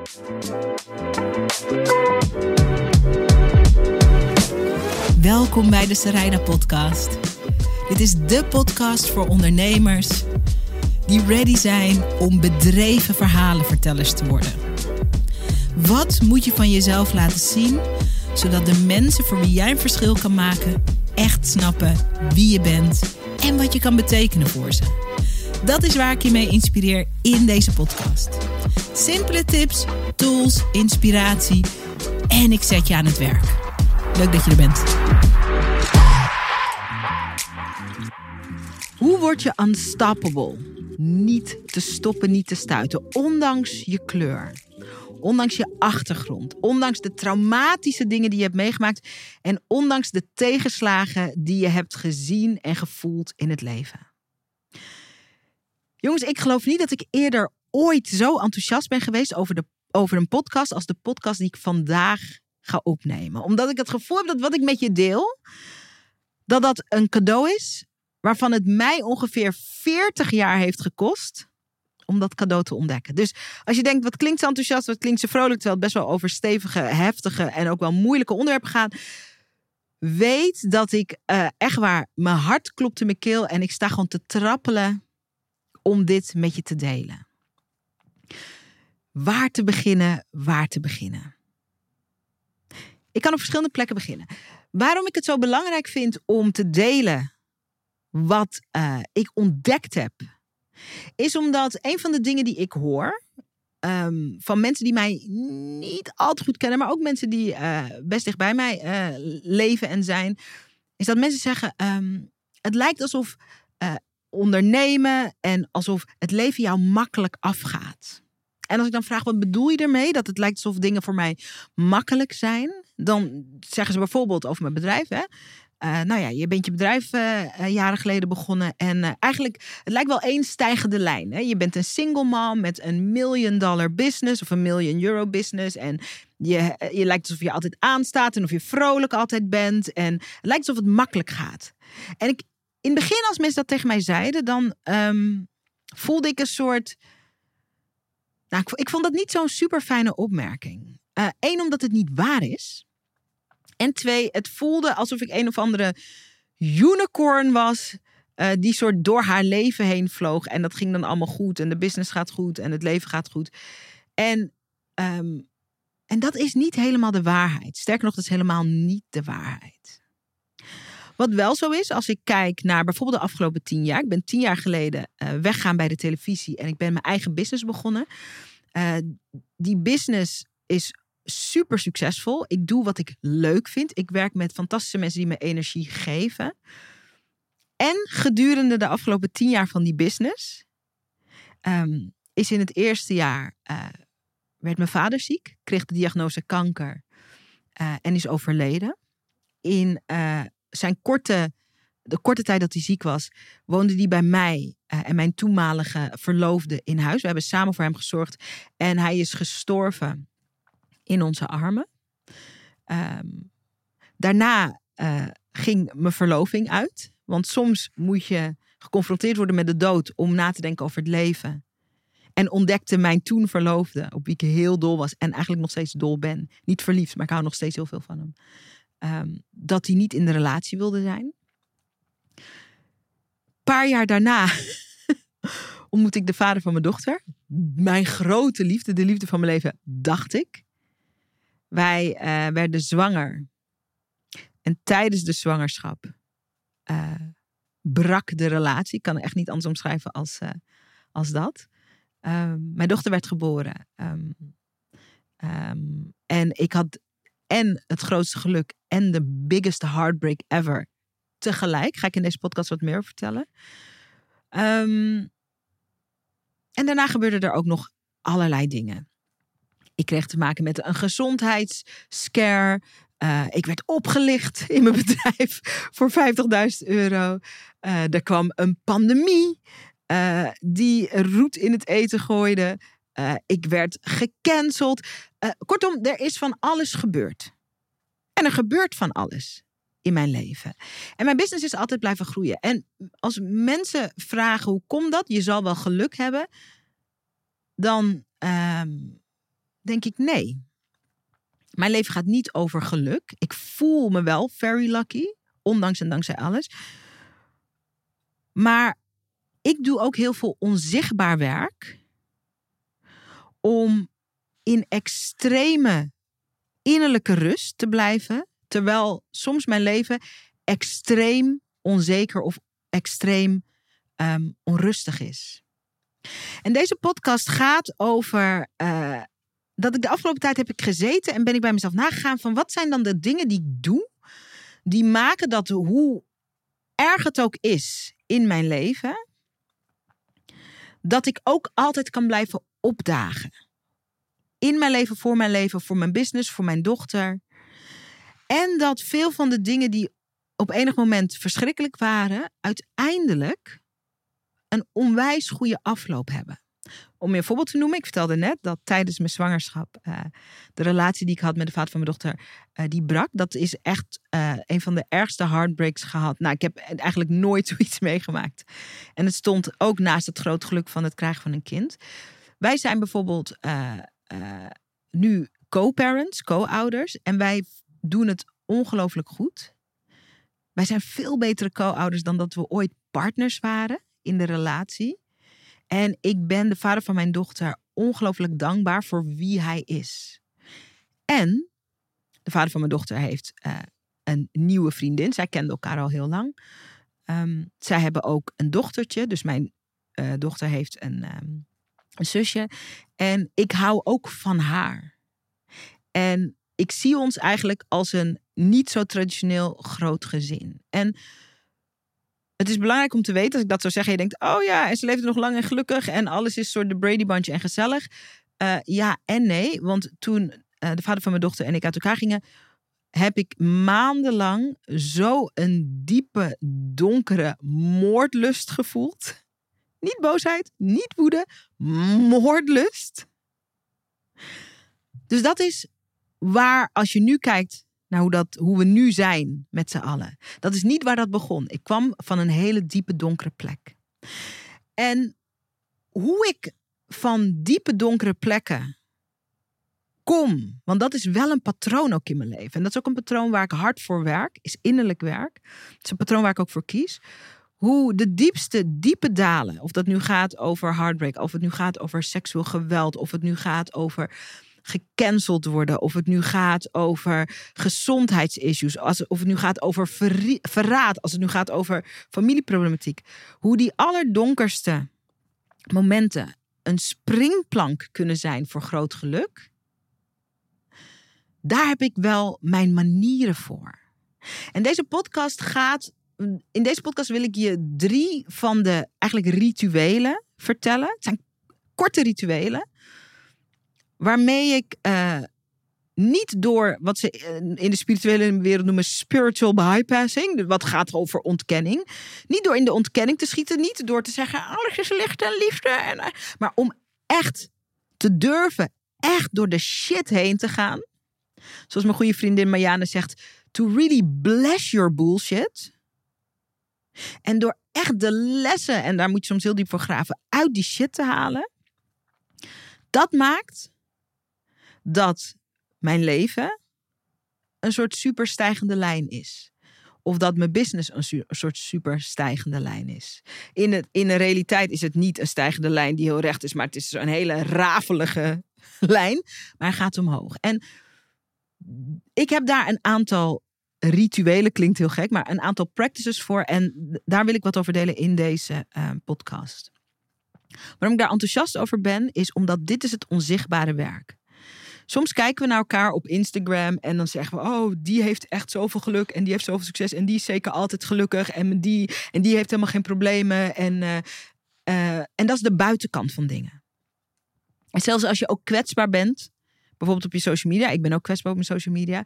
Welkom bij de Sarayda Podcast. Dit is de podcast voor ondernemers die ready zijn om bedreven verhalenvertellers te worden. Wat moet je van jezelf laten zien, zodat de mensen voor wie jij een verschil kan maken echt snappen wie je bent en wat je kan betekenen voor ze. Dat is waar ik je mee inspireer in deze podcast. Simpele tips, tools, inspiratie en ik zet je aan het werk. Leuk dat je er bent. Hoe word je unstoppable? Niet te stoppen, niet te stuiten, ondanks je kleur. Ondanks je achtergrond, ondanks de traumatische dingen die je hebt meegemaakt en ondanks de tegenslagen die je hebt gezien en gevoeld in het leven. Jongens, ik geloof niet dat ik eerder ooit zo enthousiast ben geweest over een podcast als de podcast die ik vandaag ga opnemen. Omdat ik het gevoel heb dat wat ik met je deel, dat een cadeau is waarvan het mij ongeveer 40 jaar heeft gekost om dat cadeau te ontdekken. Dus als je denkt, wat klinkt zo enthousiast, wat klinkt zo vrolijk, terwijl het best wel over stevige, heftige en ook wel moeilijke onderwerpen gaat, weet dat ik echt waar, mijn hart klopt in mijn keel en ik sta gewoon te trappelen om dit met je te delen. Waar te beginnen? Ik kan op verschillende plekken beginnen. Waarom ik het zo belangrijk vind om te delen wat ik ontdekt heb, is omdat een van de dingen die ik hoor van mensen die mij niet al te goed kennen, maar ook mensen die best dicht bij mij leven en zijn, is dat mensen zeggen, het lijkt alsof ondernemen en alsof het leven jou makkelijk afgaat. En als ik dan vraag, wat bedoel je ermee? Dat het lijkt alsof dingen voor mij makkelijk zijn. Dan zeggen ze bijvoorbeeld over mijn bedrijf. Hè? Je bent je bedrijf jaren geleden begonnen. En eigenlijk, het lijkt wel één stijgende lijn. Hè? Je bent een single mom met een $1 million business of €1 million business. En je lijkt alsof je altijd aanstaat en of je vrolijk altijd bent. En het lijkt alsof het makkelijk gaat. En in het begin, als mensen dat tegen mij zeiden, dan voelde ik een soort. Nou, ik vond dat niet zo'n super fijne opmerking. 1, omdat het niet waar is. En 2, het voelde alsof ik een of andere unicorn was, die soort door haar leven heen vloog. En dat ging dan allemaal goed. En de business gaat goed. En het leven gaat goed. En dat is niet helemaal de waarheid. Sterker nog, dat is helemaal niet de waarheid. Wat wel zo is, als ik kijk naar bijvoorbeeld de afgelopen 10 jaar. Ik ben 10 jaar geleden weggaan bij de televisie. En ik ben mijn eigen business begonnen. Die business is super succesvol. Ik doe wat ik leuk vind. Ik werk met fantastische mensen die me energie geven. En gedurende de afgelopen 10 jaar van die business is in het eerste jaar werd mijn vader ziek. Kreeg de diagnose kanker. En is overleden. In de korte tijd dat hij ziek was, woonde hij bij mij en mijn toenmalige verloofde in huis. We hebben samen voor hem gezorgd. En hij is gestorven in onze armen. Daarna ging mijn verloving uit. Want soms moet je geconfronteerd worden met de dood om na te denken over het leven. En ontdekte mijn toen verloofde, op wie ik heel dol was en eigenlijk nog steeds dol ben. Niet verliefd, maar ik hou nog steeds heel veel van hem. Dat hij niet in de relatie wilde zijn. Een paar jaar daarna ontmoette ik de vader van mijn dochter. Mijn grote liefde, de liefde van mijn leven, dacht ik. Wij werden zwanger. En tijdens de zwangerschap brak de relatie. Ik kan er echt niet anders omschrijven als dat. Mijn dochter werd geboren. En ik had en het grootste geluk en de biggest heartbreak ever tegelijk. Ga ik in deze podcast wat meer over vertellen. En daarna gebeurden er ook nog allerlei dingen. Ik kreeg te maken met een gezondheidsscare. Ik werd opgelicht in mijn bedrijf voor €50.000. Er kwam een pandemie die roet in het eten gooide. Ik werd gecanceld. Kortom, er is van alles gebeurd. En er gebeurt van alles in mijn leven. En mijn business is altijd blijven groeien. En als mensen vragen hoe komt dat? Je zal wel geluk hebben. Dan denk ik nee. Mijn leven gaat niet over geluk. Ik voel me wel very lucky, ondanks en dankzij alles. Maar ik doe ook heel veel onzichtbaar werk om in extreme innerlijke rust te blijven, terwijl soms mijn leven extreem onzeker of extreem onrustig is. En deze podcast gaat over dat ik de afgelopen tijd heb ik gezeten en ben ik bij mezelf nagegaan van wat zijn dan de dingen die ik doe, die maken dat hoe erg het ook is in mijn leven, dat ik ook altijd kan blijven opdagen. In mijn leven, voor mijn business, voor mijn dochter. En dat veel van de dingen die op enig moment verschrikkelijk waren, uiteindelijk een onwijs goede afloop hebben. Om je een voorbeeld te noemen, ik vertelde net dat tijdens mijn zwangerschap de relatie die ik had met de vader van mijn dochter, die brak. Dat is echt een van de ergste heartbreaks gehad. Nou, ik heb eigenlijk nooit zoiets meegemaakt. En het stond ook naast het grote geluk van het krijgen van een kind. Wij zijn bijvoorbeeld nu co-parents, co-ouders. En wij doen het ongelooflijk goed. Wij zijn veel betere co-ouders dan dat we ooit partners waren in de relatie. En ik ben de vader van mijn dochter ongelooflijk dankbaar voor wie hij is. En de vader van mijn dochter heeft een nieuwe vriendin. Zij kenden elkaar al heel lang. Zij hebben ook een dochtertje. Dus mijn dochter heeft een zusje. En ik hou ook van haar. En ik zie ons eigenlijk als een niet zo traditioneel groot gezin. En het is belangrijk om te weten, als ik dat zou zeggen, je denkt, oh ja, en ze leefde nog lang en gelukkig en alles is soort de Brady Bunch en gezellig. Ja en nee, want toen de vader van mijn dochter en ik uit elkaar gingen, heb ik maandenlang zo een diepe, donkere moordlust gevoeld. Niet boosheid, niet woede, moordlust. Dus dat is waar, als je nu kijkt naar hoe we nu zijn met z'n allen. Dat is niet waar dat begon. Ik kwam van een hele diepe, donkere plek. En hoe ik van diepe, donkere plekken kom, want dat is wel een patroon ook in mijn leven. En dat is ook een patroon waar ik hard voor werk, is innerlijk werk. Het is een patroon waar ik ook voor kies. Hoe de diepste, diepe dalen, of dat nu gaat over heartbreak, of het nu gaat over seksueel geweld, of het nu gaat over gecanceld worden, of het nu gaat over gezondheidsissues, of het nu gaat over verraad, als het nu gaat over familieproblematiek. Hoe die allerdonkerste momenten een springplank kunnen zijn voor groot geluk. Daar heb ik wel mijn manieren voor. En in deze podcast wil ik je 3 van de eigenlijk rituelen vertellen. Het zijn korte rituelen. Waarmee ik niet door wat ze in de spirituele wereld noemen spiritual bypassing. Wat gaat over ontkenning. Niet door in de ontkenning te schieten. Niet door te zeggen alles is licht en liefde. Maar om echt te durven. Echt door de shit heen te gaan. Zoals mijn goede vriendin Marianne zegt. To really bless your bullshit. En door echt de lessen. En daar moet je soms heel diep voor graven. Uit die shit te halen. Dat maakt dat mijn leven een soort superstijgende lijn is. Of dat mijn business een soort superstijgende lijn is. In de realiteit is het niet een stijgende lijn die heel recht is, maar het is een hele rafelige lijn. Maar hij gaat omhoog. En ik heb daar een aantal rituelen, klinkt heel gek, maar een aantal practices voor. En daar wil ik wat over delen in deze podcast. Waarom ik daar enthousiast over ben, is omdat dit is het onzichtbare werk. Soms kijken we naar elkaar op Instagram en dan zeggen we, oh, die heeft echt zoveel geluk en die heeft zoveel succes en die is zeker altijd gelukkig en die heeft helemaal geen problemen. En dat is de buitenkant van dingen. En zelfs als je ook kwetsbaar bent, bijvoorbeeld op je social media, ik ben ook kwetsbaar op mijn social media,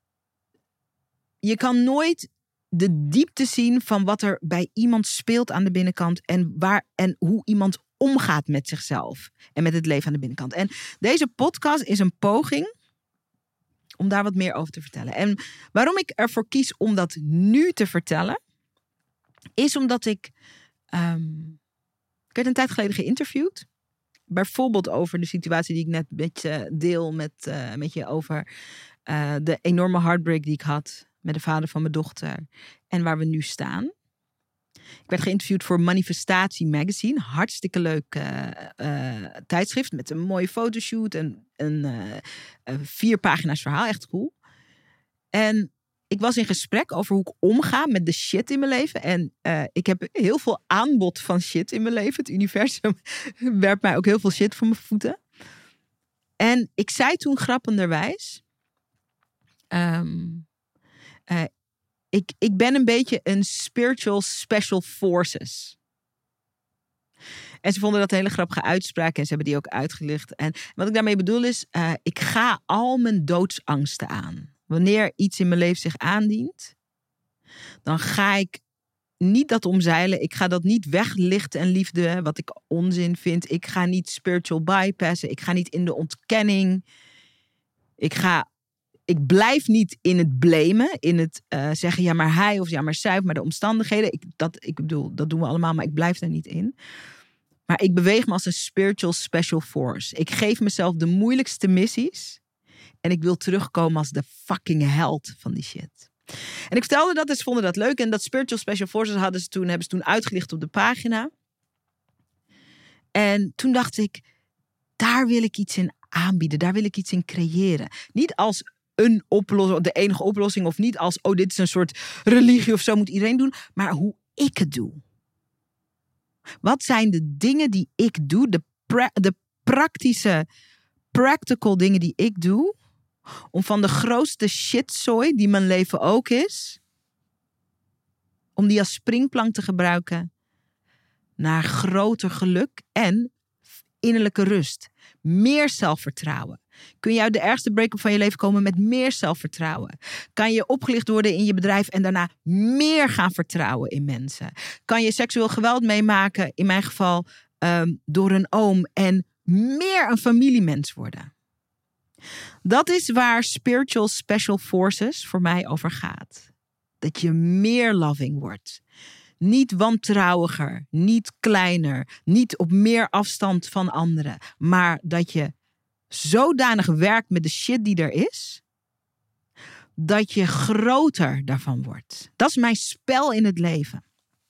je kan nooit de diepte zien van wat er bij iemand speelt aan de binnenkant en hoe iemand omgaat met zichzelf en met het leven aan de binnenkant. En deze podcast is een poging om daar wat meer over te vertellen. En waarom ik ervoor kies om dat nu te vertellen, is omdat ik werd een tijd geleden geïnterviewd Bijvoorbeeld over de situatie die ik net met je deel met je over de enorme heartbreak die ik had met de vader van mijn dochter. En waar we nu staan. Ik werd geïnterviewd voor Manifestatie Magazine. Hartstikke leuk tijdschrift met een mooie fotoshoot en een 4 pagina's verhaal. Echt cool. En ik was in gesprek over hoe ik omga met de shit in mijn leven. En ik heb heel veel aanbod van shit in mijn leven. Het universum werpt mij ook heel veel shit voor mijn voeten. En ik zei toen grappenderwijs... Ik ben een beetje een spiritual special forces. En ze vonden dat een hele grappige uitspraak. En ze hebben die ook uitgelicht. En wat ik daarmee bedoel is... ik ga al mijn doodsangsten aan. Wanneer iets in mijn leven zich aandient... dan ga ik niet dat omzeilen. Ik ga dat niet weglichten en liefde. Wat ik onzin vind. Ik ga niet spiritual bypassen. Ik ga niet in de ontkenning. Ik blijf niet in het blamen. In het zeggen, ja maar hij of ja maar zij. Of maar de omstandigheden. Ik bedoel, dat doen we allemaal. Maar ik blijf daar niet in. Maar ik beweeg me als een spiritual special force. Ik geef mezelf de moeilijkste missies. En ik wil terugkomen als de fucking held van die shit. En ik vertelde dat en ze vonden dat leuk. En dat spiritual special forces hebben ze toen uitgelicht op de pagina. En toen dacht ik, daar wil ik iets in aanbieden. Daar wil ik iets in creëren. Niet als een oplossing, de enige oplossing. Of niet als, dit is een soort religie of zo moet iedereen doen. Maar hoe ik het doe. Wat zijn de dingen die ik doe? De praktische, practical dingen die ik doe. Om van de grootste shitzooi die mijn leven ook is. Om die als springplank te gebruiken. Naar groter geluk en innerlijke rust. Meer zelfvertrouwen. Kun je uit de ergste break-up van je leven komen met meer zelfvertrouwen? Kan je opgelicht worden in je bedrijf en daarna meer gaan vertrouwen in mensen? Kan je seksueel geweld meemaken, in mijn geval door een oom, en meer een familiemens worden? Dat is waar spiritual special forces voor mij over gaat. Dat je meer loving wordt. Niet wantrouwiger, niet kleiner, niet op meer afstand van anderen. Maar dat je zodanig werkt met de shit die er is, dat je groter daarvan wordt. Dat is mijn spel in het leven.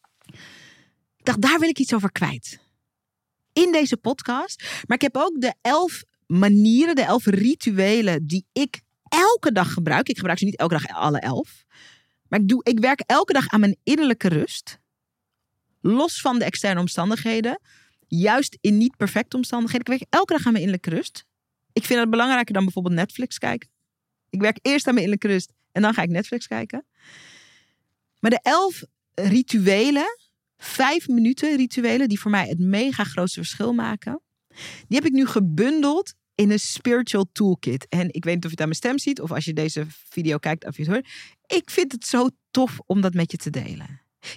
Ik dacht, daar wil ik iets over kwijt. In deze podcast. Maar ik heb ook de 11 manieren, de 11 rituelen die ik elke dag gebruik. Ik gebruik ze niet elke dag alle 11. Maar ik werk elke dag aan mijn innerlijke rust. Los van de externe omstandigheden. Juist in niet perfecte omstandigheden. Ik werk elke dag aan mijn innerlijke rust. Ik vind dat belangrijker dan bijvoorbeeld Netflix kijken. Ik werk eerst aan mijn innerlijke rust en dan ga ik Netflix kijken. Maar de 11 rituelen, 5 minuten rituelen, die voor mij het mega grootste verschil maken, die heb ik nu gebundeld in een spiritual toolkit. En ik weet niet of je het aan mijn stem ziet of als je deze video kijkt of je het hoort. Ik vind het zo tof om dat met je te delen.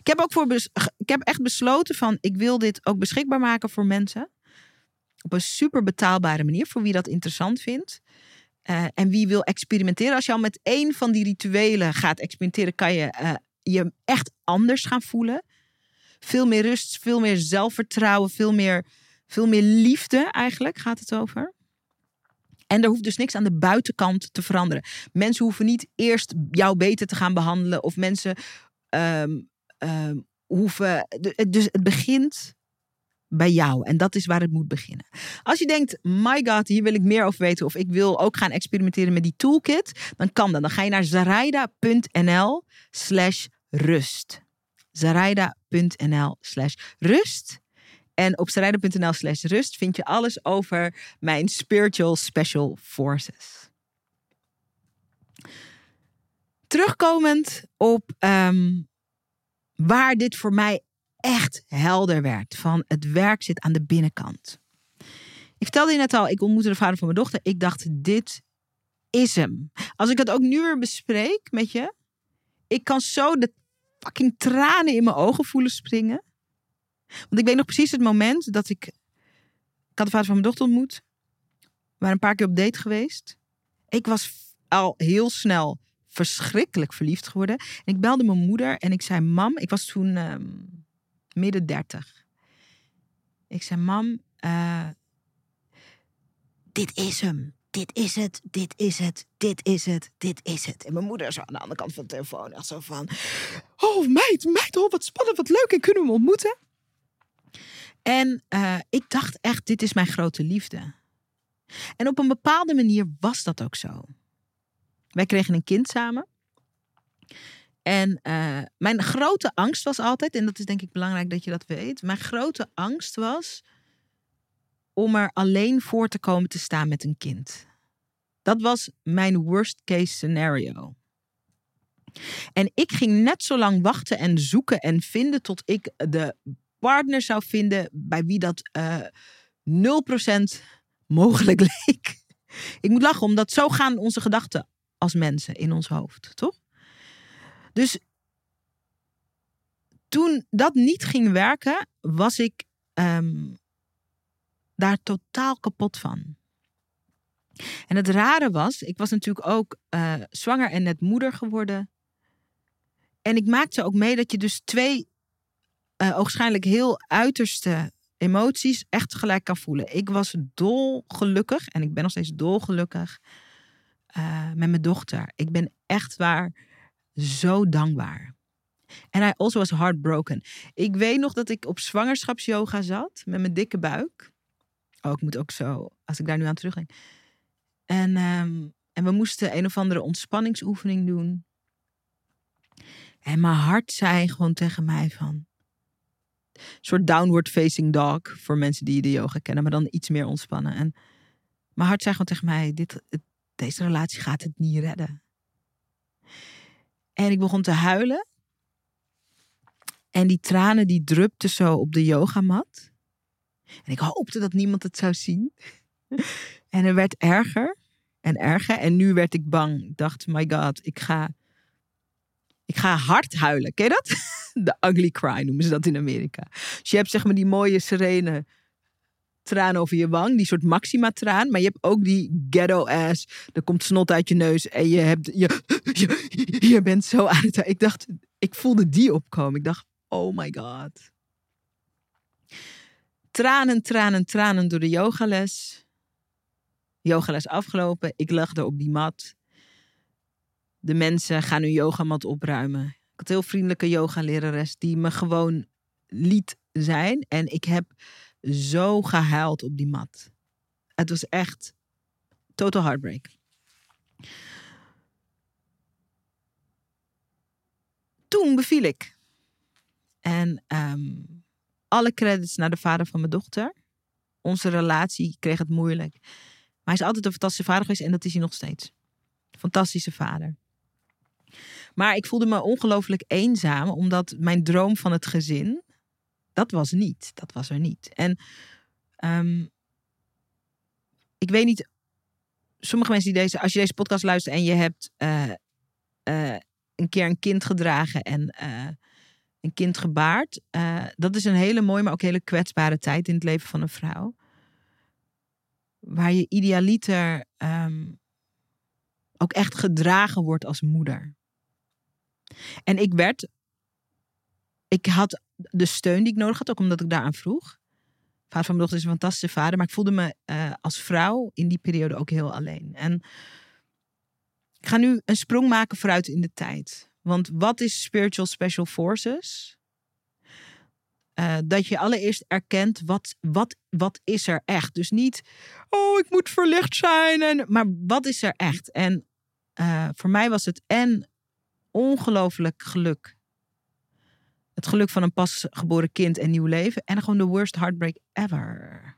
Ik heb echt besloten van, ik wil dit ook beschikbaar maken voor mensen. Op een super betaalbare manier, voor wie dat interessant vindt. En wie wil experimenteren. Als je al met 1 van die rituelen gaat experimenteren, kan je je echt anders gaan voelen. Veel meer rust, veel meer zelfvertrouwen, veel meer liefde eigenlijk gaat het over. En er hoeft dus niks aan de buitenkant te veranderen. Mensen hoeven niet eerst jou beter te gaan behandelen. Of mensen hoeven... Dus het begint bij jou. En dat is waar het moet beginnen. Als je denkt, my god, hier wil ik meer over weten. Of ik wil ook gaan experimenteren met die toolkit. Dan kan dat. Dan ga je naar zaraida.nl/rust. Zaraida.nl/rust. En op zaraida.nl/rust vind je alles over mijn spiritual special forces. Terugkomend op waar dit voor mij echt helder werd. Van het werk zit aan de binnenkant. Ik vertelde je net al, ik ontmoette de vader van mijn dochter. Ik dacht, dit is hem. Als ik het ook nu weer bespreek met je. Ik kan zo de fucking tranen in mijn ogen voelen springen. Want ik weet nog precies het moment dat ik had de vader van mijn dochter ontmoet. We waren een paar keer op date geweest. Ik was al heel snel verschrikkelijk verliefd geworden. En ik belde mijn moeder en ik zei, mam, ik was toen midden 30. Ik zei, mam, dit is hem. Dit is het, dit is het, dit is het, dit is het. En mijn moeder zo aan de andere kant van de telefoon. Echt zo van, oh meid, oh wat spannend, wat leuk. En kunnen we hem ontmoeten? En ik dacht echt, dit is mijn grote liefde. En op een bepaalde manier was dat ook zo. Wij kregen een kind samen. En mijn grote angst was altijd, en dat is denk ik belangrijk dat je dat weet. Mijn grote angst was om er alleen voor te komen te staan met een kind. Dat was mijn worst case scenario. En ik ging net zo lang wachten en zoeken en vinden tot ik de partner zou vinden bij wie dat 0% mogelijk leek. Ik moet lachen, omdat zo gaan onze gedachten als mensen in ons hoofd, toch? Dus toen dat niet ging werken, was ik daar totaal kapot van. En het rare was, ik was natuurlijk ook zwanger en net moeder geworden. En ik maakte ook mee dat je dus twee ogenschijnlijk heel uiterste emoties echt tegelijk kan voelen. Ik was dolgelukkig en ik ben nog steeds dolgelukkig met mijn dochter. Ik ben echt waar zo dankbaar. En I also was heartbroken. Ik weet nog dat ik op zwangerschapsyoga zat met mijn dikke buik. Oh, ik moet ook zo, als ik daar nu aan terugdenk. En we moesten een of andere ontspanningsoefening doen. En mijn hart zei gewoon tegen mij van, een soort downward facing dog voor mensen die de yoga kennen, maar dan iets meer ontspannen. En mijn hart zei gewoon tegen mij, deze relatie gaat het niet redden. En ik begon te huilen. En die tranen die drupten zo op de yogamat. En ik hoopte dat niemand het zou zien. En het werd erger en erger. En nu werd ik bang. Ik dacht, my god, ik ga hard huilen. Ken je dat? De ugly cry noemen ze dat in Amerika. Dus je hebt zeg maar die mooie serene traan over je wang. Die soort maxima traan. Maar je hebt ook die ghetto ass. Er komt snot uit je neus. En je bent zo aan het... Ik dacht, ik voelde die opkomen. Ik dacht, oh my god. Tranen door de yogales. Yogales afgelopen. Ik lag er op die mat. De mensen gaan hun yogamat opruimen. Ik had een heel vriendelijke yogalerares die me gewoon liet zijn. En ik heb zo gehuild op die mat. Het was echt total heartbreak. Toen beviel ik. En alle credits naar de vader van mijn dochter. Onze relatie kreeg het moeilijk. Maar hij is altijd een fantastische vader geweest en dat is hij nog steeds. Fantastische vader. Maar ik voelde me ongelooflijk eenzaam, omdat mijn droom van het gezin, dat was er niet. En ik weet niet, sommige mensen die als je deze podcast luistert en je hebt een keer een kind gedragen en een kind gebaard, dat is een hele mooie, maar ook hele kwetsbare tijd in het leven van een vrouw. Waar je idealiter ook echt gedragen wordt als moeder. En ik had de steun die ik nodig had, ook omdat ik daaraan vroeg. Vader van mijn dochter is een fantastische vader, maar ik voelde me als vrouw in die periode ook heel alleen. En ik ga nu een sprong maken vooruit in de tijd. Want wat is Spiritual Special Forces? Dat je allereerst erkent, wat is er echt? Dus niet, oh, ik moet verlicht zijn. Maar wat is er echt? En voor mij was het ongelooflijk geluk. Het geluk van een pasgeboren kind en nieuw leven. En gewoon de worst heartbreak ever.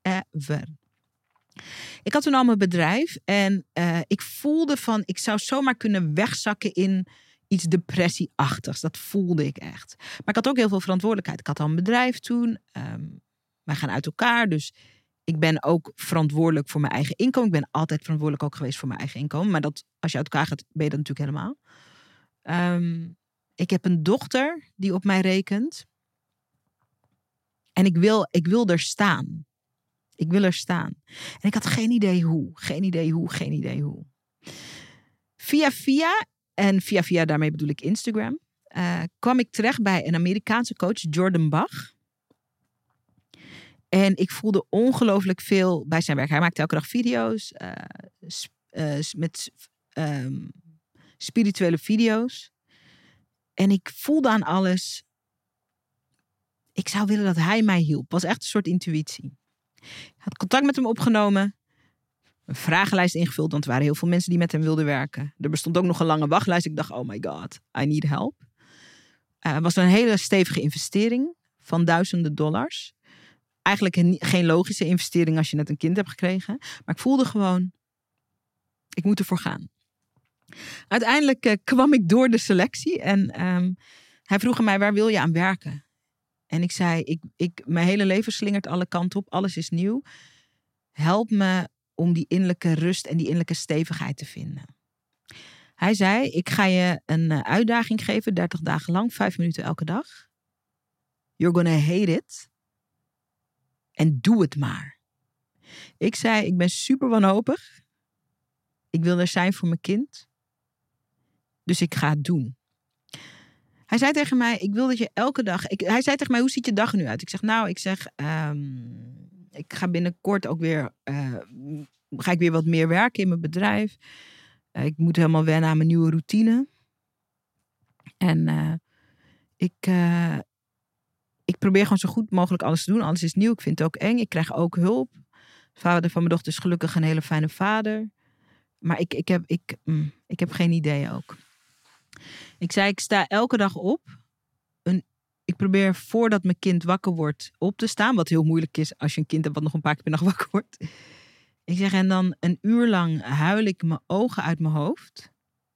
Ik had toen al mijn bedrijf. En ik voelde van, ik zou zomaar kunnen wegzakken in iets depressieachtigs. Dat voelde ik echt. Maar ik had ook heel veel verantwoordelijkheid. Ik had al een bedrijf toen. Wij gaan uit elkaar. Dus ik ben ook verantwoordelijk voor mijn eigen inkomen. Ik ben altijd verantwoordelijk ook geweest voor mijn eigen inkomen. Maar dat, als je uit elkaar gaat, ben je dat natuurlijk helemaal. Ik heb een dochter die op mij rekent. En ik wil er staan. Ik wil er staan. En ik had geen idee hoe. Via, daarmee bedoel ik Instagram, kwam ik terecht bij een Amerikaanse coach, Jordan Bach. En ik voelde ongelooflijk veel bij zijn werk. Hij maakte elke dag video's. Met spirituele video's. En ik voelde aan alles. Ik zou willen dat hij mij hielp. Het was echt een soort intuïtie. Ik had contact met hem opgenomen. Een vragenlijst ingevuld. Want er waren heel veel mensen die met hem wilden werken. Er bestond ook nog een lange wachtlijst. Ik dacht, oh my god, I need help. Het was een hele stevige investering van $1000. Eigenlijk geen logische investering als je net een kind hebt gekregen. Maar ik voelde gewoon, ik moet ervoor gaan. Uiteindelijk kwam ik door de selectie. En hij vroeg aan mij, waar wil je aan werken? En ik zei, mijn hele leven slingert alle kanten op. Alles is nieuw. Help me om die innerlijke rust en die innerlijke stevigheid te vinden. Hij zei, ik ga je een uitdaging geven, 30 dagen lang, 5 minuten elke dag. You're gonna hate it. En doe het maar. Ik zei, ik ben super wanhopig. Ik wil er zijn voor mijn kind. Dus ik ga het doen. Hij zei tegen mij, ik wil dat je elke dag... Hij zei tegen mij, hoe ziet je dag er nu uit? Ik zeg, ik ga binnenkort ook weer... ga ik weer wat meer werken in mijn bedrijf. Ik moet helemaal wennen aan mijn nieuwe routine. En ik probeer gewoon zo goed mogelijk alles te doen. Alles is nieuw, ik vind het ook eng. Ik krijg ook hulp. De vader van mijn dochter is gelukkig een hele fijne vader. Maar ik heb geen idee ook. Ik zei, ik sta elke dag op. Ik probeer voordat mijn kind wakker wordt op te staan. Wat heel moeilijk is als je een kind hebt wat nog een paar keer per nacht wakker wordt. Ik zeg, en dan 1 uur lang huil ik mijn ogen uit mijn hoofd.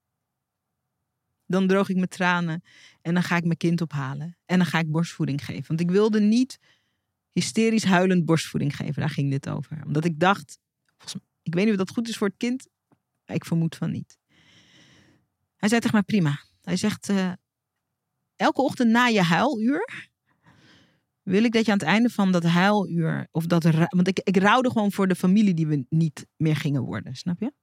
Dan droog ik mijn tranen. En dan ga ik mijn kind ophalen. En dan ga ik borstvoeding geven. Want ik wilde niet hysterisch huilend borstvoeding geven. Daar ging dit over. Omdat ik dacht, ik weet niet of dat goed is voor het kind. Maar ik vermoed van niet. Hij zei tegen mij, prima. Hij zegt, elke ochtend na je huiluur wil ik dat je aan het einde van dat huiluur, want ik rouwde gewoon voor de familie die we niet meer gingen worden, snap je?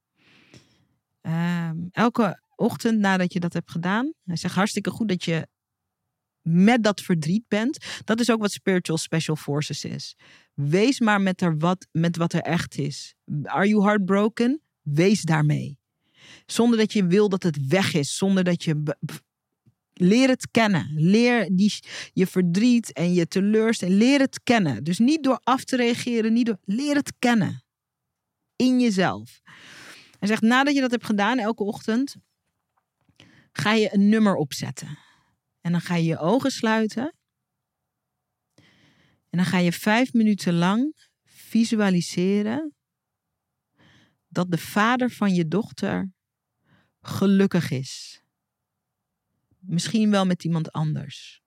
Elke ochtend nadat je dat hebt gedaan, hij zegt hartstikke goed dat je met dat verdriet bent. Dat is ook wat Spiritual Special Forces is. Wees maar met wat er echt is. Are you heartbroken? Wees daarmee. Zonder dat je wil dat het weg is. Zonder dat je... Leer het kennen. Leer je verdriet en je teleurstelling. Leer het kennen. Dus niet door af te reageren. Leer het kennen. In jezelf. Hij zegt, nadat je dat hebt gedaan elke ochtend, ga je een nummer opzetten. En dan ga je je ogen sluiten. En dan ga je 5 minuten lang visualiseren dat de vader van je dochter gelukkig is. Misschien wel met iemand anders.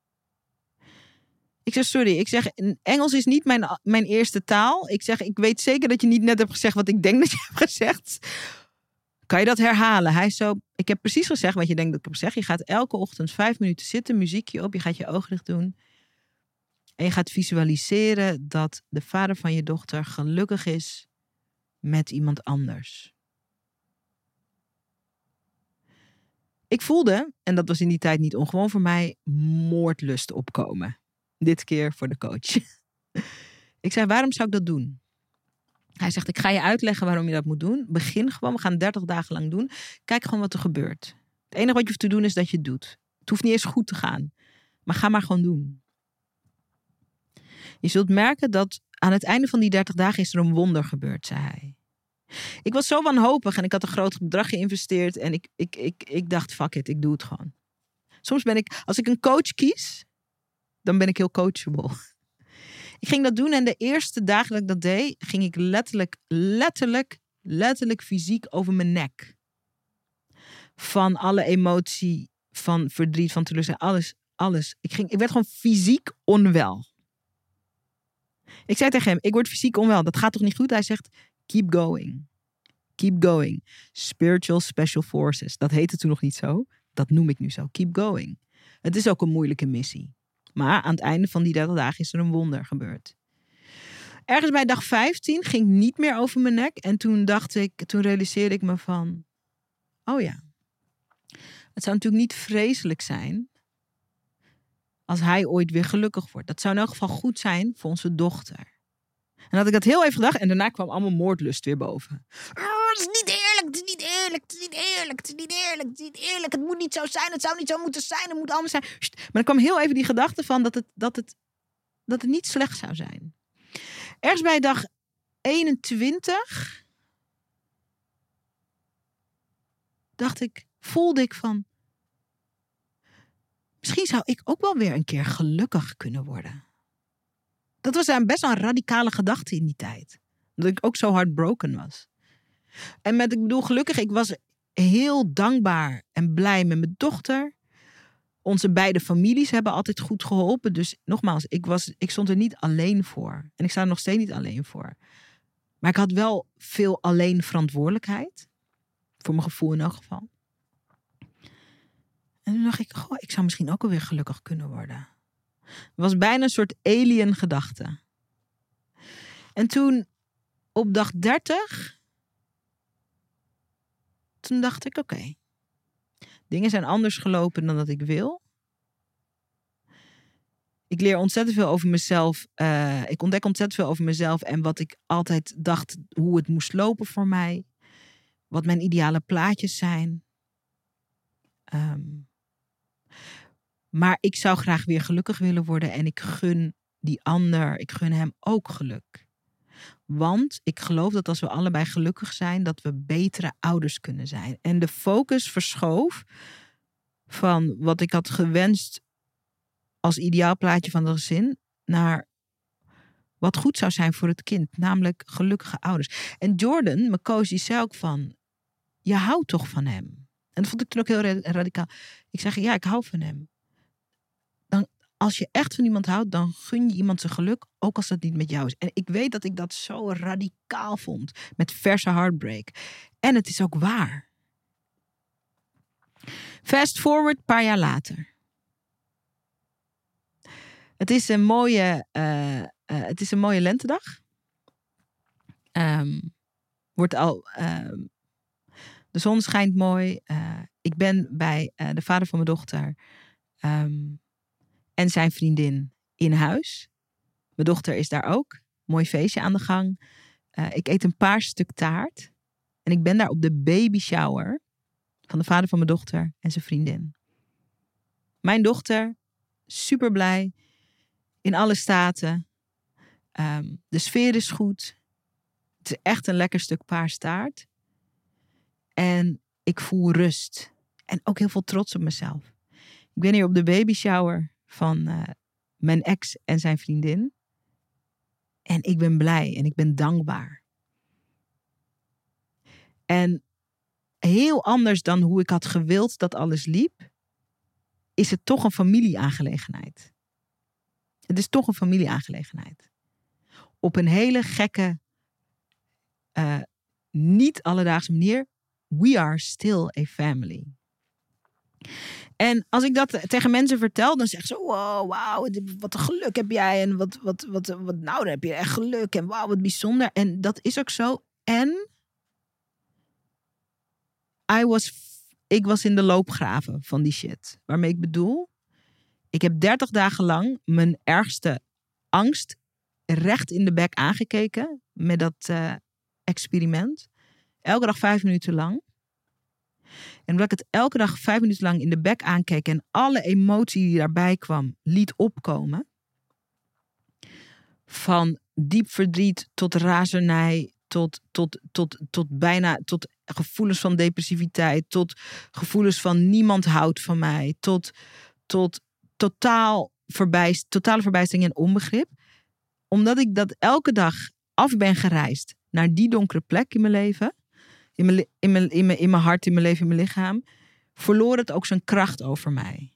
Ik zeg, sorry. Ik zeg, Engels is niet mijn eerste taal. Ik zeg, ik weet zeker dat je niet net hebt gezegd wat ik denk dat je hebt gezegd. Kan je dat herhalen? Hij zo, ik heb precies gezegd wat je denkt dat ik heb gezegd. Je gaat elke ochtend 5 minuten zitten, muziekje op. Je gaat je ogen dicht doen. En je gaat visualiseren dat de vader van je dochter gelukkig is met iemand anders. Ik voelde, en dat was in die tijd niet ongewoon voor mij, moordlust opkomen. Dit keer voor de coach. Ik zei, waarom zou ik dat doen? Hij zegt, ik ga je uitleggen waarom je dat moet doen. Begin gewoon, we gaan 30 dagen lang doen. Kijk gewoon wat er gebeurt. Het enige wat je hoeft te doen is dat je het doet. Het hoeft niet eens goed te gaan. Maar ga maar gewoon doen. Je zult merken dat aan het einde van die 30 dagen is er een wonder gebeurd, zei hij. Ik was zo wanhopig en ik had een groot bedrag geïnvesteerd. En ik dacht, fuck it, ik doe het gewoon. Soms als ik een coach kies, dan ben ik heel coachable. Ik ging dat doen en de eerste dagen dat ik dat deed, ging ik letterlijk fysiek over mijn nek. Van alle emotie, van verdriet, van teleurstelling, alles. Ik werd gewoon fysiek onwel. Ik zei tegen hem, ik word fysiek onwel, dat gaat toch niet goed? Hij zegt, keep going. Keep going. Spiritual Special Forces. Dat heette toen nog niet zo. Dat noem ik nu zo. Keep going. Het is ook een moeilijke missie. Maar aan het einde van die 30 dagen is er een wonder gebeurd. Ergens bij dag 15 ging niet meer over mijn nek. En toen realiseerde ik me van, oh ja. Het zou natuurlijk niet vreselijk zijn als hij ooit weer gelukkig wordt. Dat zou in elk geval goed zijn voor onze dochter. En had ik dat heel even gedacht en daarna kwam allemaal moordlust weer boven. Het is niet eerlijk, het is niet eerlijk, het is niet eerlijk, het is niet eerlijk, het is niet eerlijk. Het moet niet zo zijn, het zou niet zo moeten zijn, het moet anders zijn. Maar er kwam heel even die gedachte van dat het niet slecht zou zijn. Ergens bij dag 21 voelde ik van, misschien zou ik ook wel weer een keer gelukkig kunnen worden. Dat was best wel een radicale gedachte in die tijd. Dat ik ook zo heartbroken was. En ik bedoel gelukkig, ik was heel dankbaar en blij met mijn dochter. Onze beide families hebben altijd goed geholpen. Dus nogmaals, ik stond er niet alleen voor. En ik sta er nog steeds niet alleen voor. Maar ik had wel veel alleen verantwoordelijkheid. Voor mijn gevoel in elk geval. En toen dacht ik, ik zou misschien ook alweer gelukkig kunnen worden. Het was bijna een soort alien gedachte. En toen op dag 30... Toen dacht ik, oké. Dingen zijn anders gelopen dan dat ik wil. Ik leer ontzettend veel over mezelf. Ik ontdek ontzettend veel over mezelf. En wat ik altijd dacht hoe het moest lopen voor mij. Wat mijn ideale plaatjes zijn. Maar ik zou graag weer gelukkig willen worden. En ik gun die ander, ik gun hem ook geluk. Want ik geloof dat als we allebei gelukkig zijn, dat we betere ouders kunnen zijn. En de focus verschoof van wat ik had gewenst als ideaalplaatje van het gezin naar wat goed zou zijn voor het kind. Namelijk gelukkige ouders. En Jordan, mijn coach, die zei ook van, je houdt toch van hem? En dat vond ik toen ook heel radicaal. Ik zeg, ja, ik hou van hem. Als je echt van iemand houdt, dan gun je iemand zijn geluk, ook als dat niet met jou is. En ik weet dat ik dat zo radicaal vond, met verse heartbreak. En het is ook waar. Fast forward, een paar jaar later. Het is een mooie lentedag. De zon schijnt mooi. Ik ben bij de vader van mijn dochter. En zijn vriendin in huis. Mijn dochter is daar ook. Mooi feestje aan de gang. Ik eet een paar stuk taart. En ik ben daar op de baby shower van de vader van mijn dochter en zijn vriendin. Mijn dochter, super blij. In alle staten. De sfeer is goed. Het is echt een lekker stuk paars taart. En ik voel rust. En ook heel veel trots op mezelf. Ik ben hier op de baby shower van mijn ex en zijn vriendin. En ik ben blij en ik ben dankbaar. En heel anders dan hoe ik had gewild dat alles liep, is het toch een familieaangelegenheid. Het is toch een familieaangelegenheid. Op een hele gekke, niet alledaagse manier. We are still a family. En als ik dat tegen mensen vertel, dan zeggen ze, wow, wat een geluk heb jij. En wat nou, dan heb je echt geluk. En wauw, wat bijzonder. En dat is ook zo. En ik was in de loopgraven van die shit. Waarmee ik bedoel, ik heb 30 dagen lang mijn ergste angst recht in de bek aangekeken. Met dat experiment. Elke dag 5 minuten lang. En omdat ik het elke dag 5 minuten lang in de bek aankeek en alle emotie die daarbij kwam, liet opkomen. Van diep verdriet tot razernij, tot bijna tot gevoelens van depressiviteit, tot gevoelens van niemand houdt van mij, tot totale verbijstering en onbegrip. Omdat ik dat elke dag af ben gereisd naar die donkere plek in mijn leven. In mijn hart, in mijn leven, in mijn lichaam. Verloor het ook zijn kracht over mij.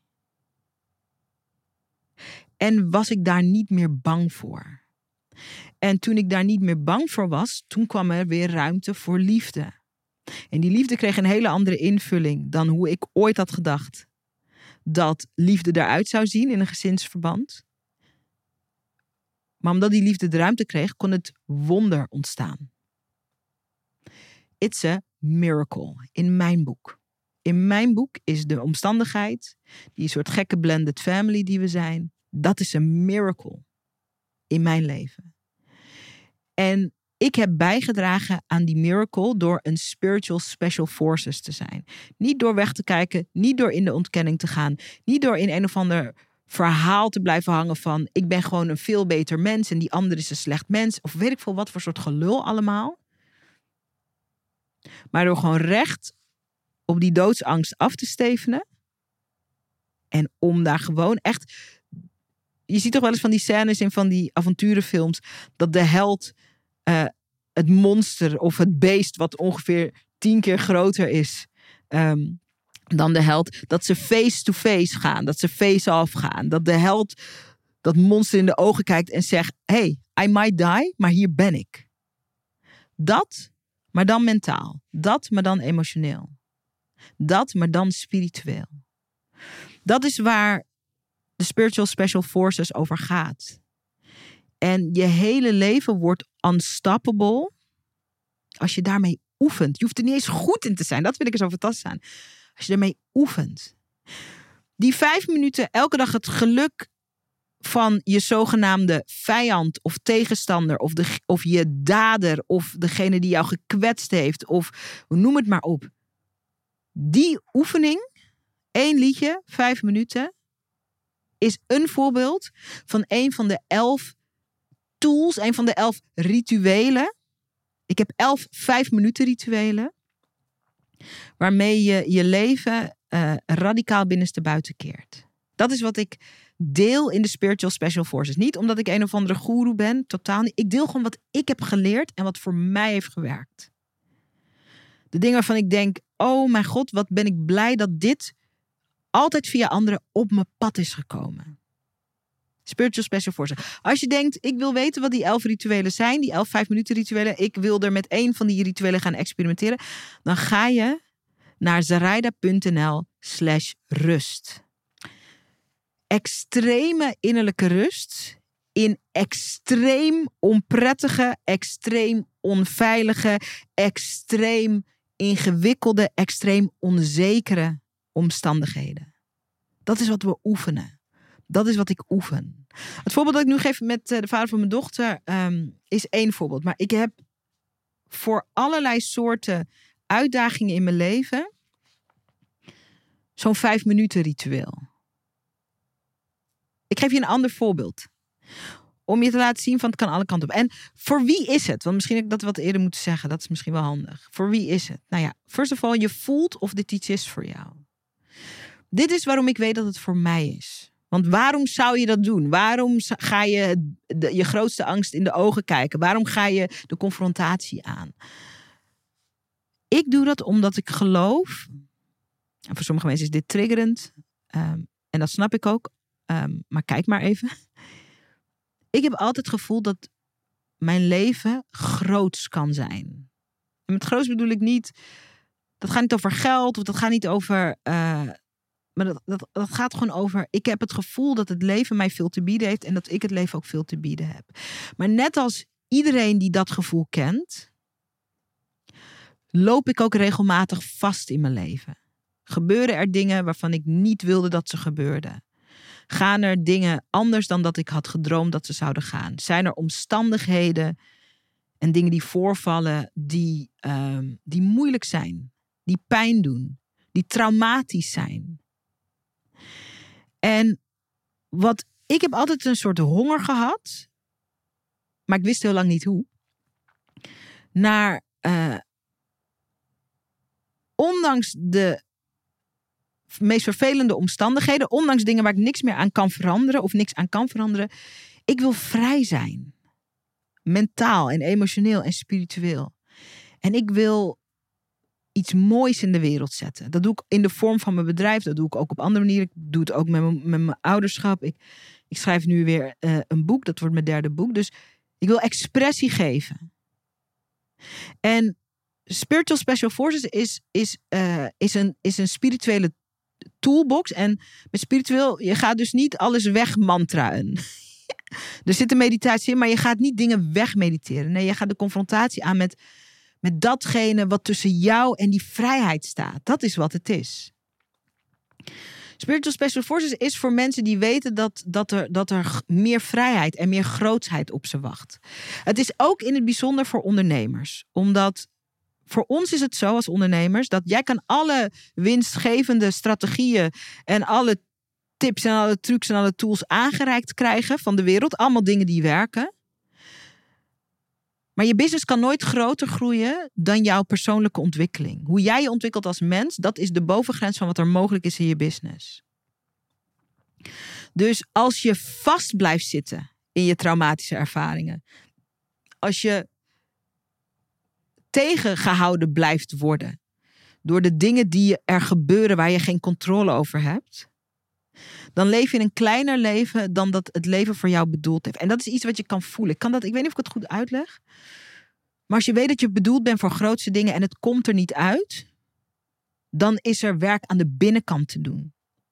En was ik daar niet meer bang voor. En toen ik daar niet meer bang voor was, toen kwam er weer ruimte voor liefde. En die liefde kreeg een hele andere invulling dan hoe ik ooit had gedacht. Dat liefde eruit zou zien in een gezinsverband. Maar omdat die liefde de ruimte kreeg, kon het wonder ontstaan. It's a miracle in mijn boek. in mijn boek is de omstandigheid, die soort gekke blended family die we zijn, dat is een miracle in mijn leven. En ik heb bijgedragen aan die miracle door een spiritual special forces te zijn. Niet door weg te kijken, niet door in de ontkenning te gaan, niet door in een of ander verhaal te blijven hangen van ik ben gewoon een veel beter mens en die ander is een slecht mens. Of weet ik veel wat voor soort gelul allemaal. Maar door gewoon recht op die doodsangst af te stevenen. En om daar gewoon echt... Je ziet toch wel eens van die scènes in van die avonturenfilms. Dat de held het monster of het beest wat ongeveer 10 keer groter is dan de held. Dat ze face-to-face gaan. Dat ze face-off gaan. Dat de held dat monster in de ogen kijkt en zegt... Hey, I might die, maar hier ben ik. Dat, maar dan mentaal. Dat, maar dan emotioneel. Dat, maar dan spiritueel. Dat is waar de Spiritual Special Forces over gaat. En je hele leven wordt unstoppable als je daarmee oefent. Je hoeft er niet eens goed in te zijn. Dat vind ik er zo fantastisch aan. Als je daarmee oefent. Die 5 minuten elke dag het geluk van je zogenaamde vijand of tegenstander of je dader of degene die jou gekwetst heeft of noem het maar op. Die oefening, 1 liedje, 5 minuten, is een voorbeeld van een van de 11 tools, een van de 11 rituelen. Ik heb 11 5-minuten rituelen. Waarmee je je leven radicaal binnenstebuiten keert. Dat is wat ik deel in de Spiritual Special Forces. Niet omdat ik een of andere goeroe ben, totaal niet. Ik deel gewoon wat ik heb geleerd en wat voor mij heeft gewerkt. De dingen waarvan ik denk, oh mijn god, wat ben ik blij dat dit altijd via anderen op mijn pad is gekomen. Spiritual Special Forces. Als je denkt, ik wil weten wat die 11 rituelen zijn, die 11 5-minuten rituelen, ik wil er met 1 van die rituelen gaan experimenteren, dan ga je naar zaraida.nl/rust. Extreme innerlijke rust in extreem onprettige, extreem onveilige, extreem ingewikkelde, extreem onzekere omstandigheden. Dat is wat we oefenen. Dat is wat ik oefen. Het voorbeeld dat ik nu geef met de vader van mijn dochter is 1 voorbeeld. Maar ik heb voor allerlei soorten uitdagingen in mijn leven zo'n 5-minuten ritueel. Ik geef je een ander voorbeeld. Om je te laten zien van het kan alle kanten op. En voor wie is het? Want misschien heb ik dat wat eerder moeten zeggen. Dat is misschien wel handig. Voor wie is het? Nou ja, first of all, je voelt of dit iets is voor jou. Dit is waarom ik weet dat het voor mij is. Want waarom zou je dat doen? Waarom ga je je grootste angst in de ogen kijken? Waarom ga je de confrontatie aan? Ik doe dat omdat ik geloof. En voor sommige mensen is dit triggerend. En dat snap ik ook. Maar kijk maar even. Ik heb altijd het gevoel dat mijn leven groots kan zijn. En met groots bedoel ik niet... Dat gaat niet over geld. Of dat gaat niet over... Maar dat gaat gewoon over... Ik heb het gevoel dat het leven mij veel te bieden heeft. En dat ik het leven ook veel te bieden heb. Maar net als iedereen die dat gevoel kent... loop ik ook regelmatig vast in mijn leven. Gebeuren er dingen waarvan ik niet wilde dat ze gebeurden? Gaan er dingen anders dan dat ik had gedroomd dat ze zouden gaan? Zijn er omstandigheden en dingen die voorvallen die moeilijk zijn? Die pijn doen? Die traumatisch zijn? En ik heb altijd een soort honger gehad, maar ik wist heel lang niet hoe, naar ondanks de meest vervelende omstandigheden, ondanks dingen waar ik niks meer aan kan veranderen of niks aan kan veranderen, ik wil vrij zijn. Mentaal en emotioneel en spiritueel. En ik wil iets moois in de wereld zetten. Dat doe ik in de vorm van mijn bedrijf. Dat doe ik ook op andere manieren. Ik doe het ook met mijn ouderschap. Ik schrijf nu weer een boek. Dat wordt mijn 3e boek. Dus ik wil expressie geven. En Spiritual Special Forces is een spirituele toolbox. En met spiritueel, je gaat dus niet alles wegmantraen. Er zit een meditatie in, maar je gaat niet dingen wegmediteren. Nee, je gaat de confrontatie aan met Met datgene wat tussen jou en die vrijheid staat. Dat is wat het is. Spiritual Special Forces is voor mensen die weten dat er meer vrijheid en meer grootsheid op ze wacht. Het is ook in het bijzonder voor ondernemers. Omdat voor ons is het zo als ondernemers dat jij kan alle winstgevende strategieën en alle tips en alle trucs en alle tools aangereikt krijgen van de wereld. Allemaal dingen die werken. Maar je business kan nooit groter groeien dan jouw persoonlijke ontwikkeling. Hoe jij je ontwikkelt als mens, dat is de bovengrens van wat er mogelijk is in je business. Dus als je vast blijft zitten in je traumatische ervaringen. Als je tegengehouden blijft worden door de dingen die er gebeuren waar je geen controle over hebt. Dan leef je een kleiner leven dan dat het leven voor jou bedoeld heeft. En dat is iets wat je kan voelen. Ik weet niet of ik het goed uitleg. Maar als je weet dat je bedoeld bent voor grootste dingen en het komt er niet uit, dan is er werk aan de binnenkant te doen.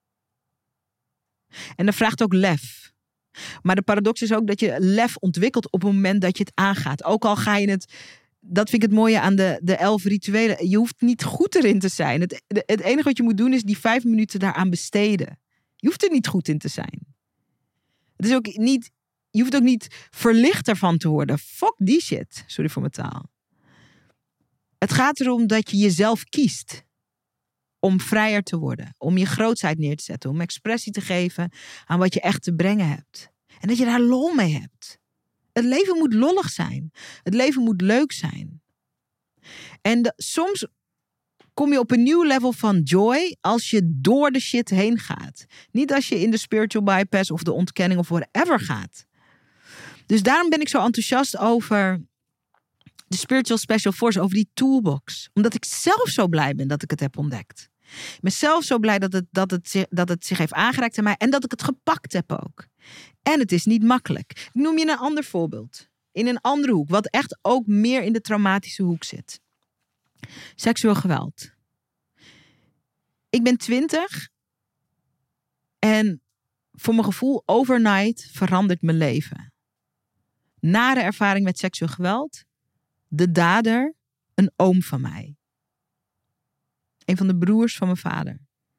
En dat vraagt ook lef. Maar de paradox is ook dat je lef ontwikkelt op het moment dat je het aangaat. Ook al ga je het. Dat vind ik het mooie aan de 11 rituelen. Je hoeft niet goed erin te zijn. Het enige wat je moet doen is die 5 minuten daaraan besteden. Je hoeft er niet goed in te zijn. Het is ook niet, je hoeft ook niet verlicht ervan te worden. Fuck die shit. Sorry voor mijn taal. Het gaat erom dat je jezelf kiest. Om vrijer te worden. Om je grootsheid neer te zetten. Om expressie te geven aan wat je echt te brengen hebt. En dat je daar lol mee hebt. Het leven moet lollig zijn. Het leven moet leuk zijn. En soms kom je op een nieuw level van joy als je door de shit heen gaat. Niet als je in de spiritual bypass of de ontkenning of whatever gaat. Dus daarom ben ik zo enthousiast over de Spiritual Special Force, over die toolbox. Omdat ik zelf zo blij ben dat ik het heb ontdekt. Ik ben zelf zo blij dat het zich heeft aangereikt aan mij en dat ik het gepakt heb ook. En het is niet makkelijk. Ik noem je een ander voorbeeld. In een andere hoek, wat echt ook meer in de traumatische hoek zit. Seksueel geweld. Ik ben 20 en voor mijn gevoel overnight verandert mijn leven. Na de ervaring met seksueel geweld, de dader, een oom van mij. Een van de broers van mijn vader.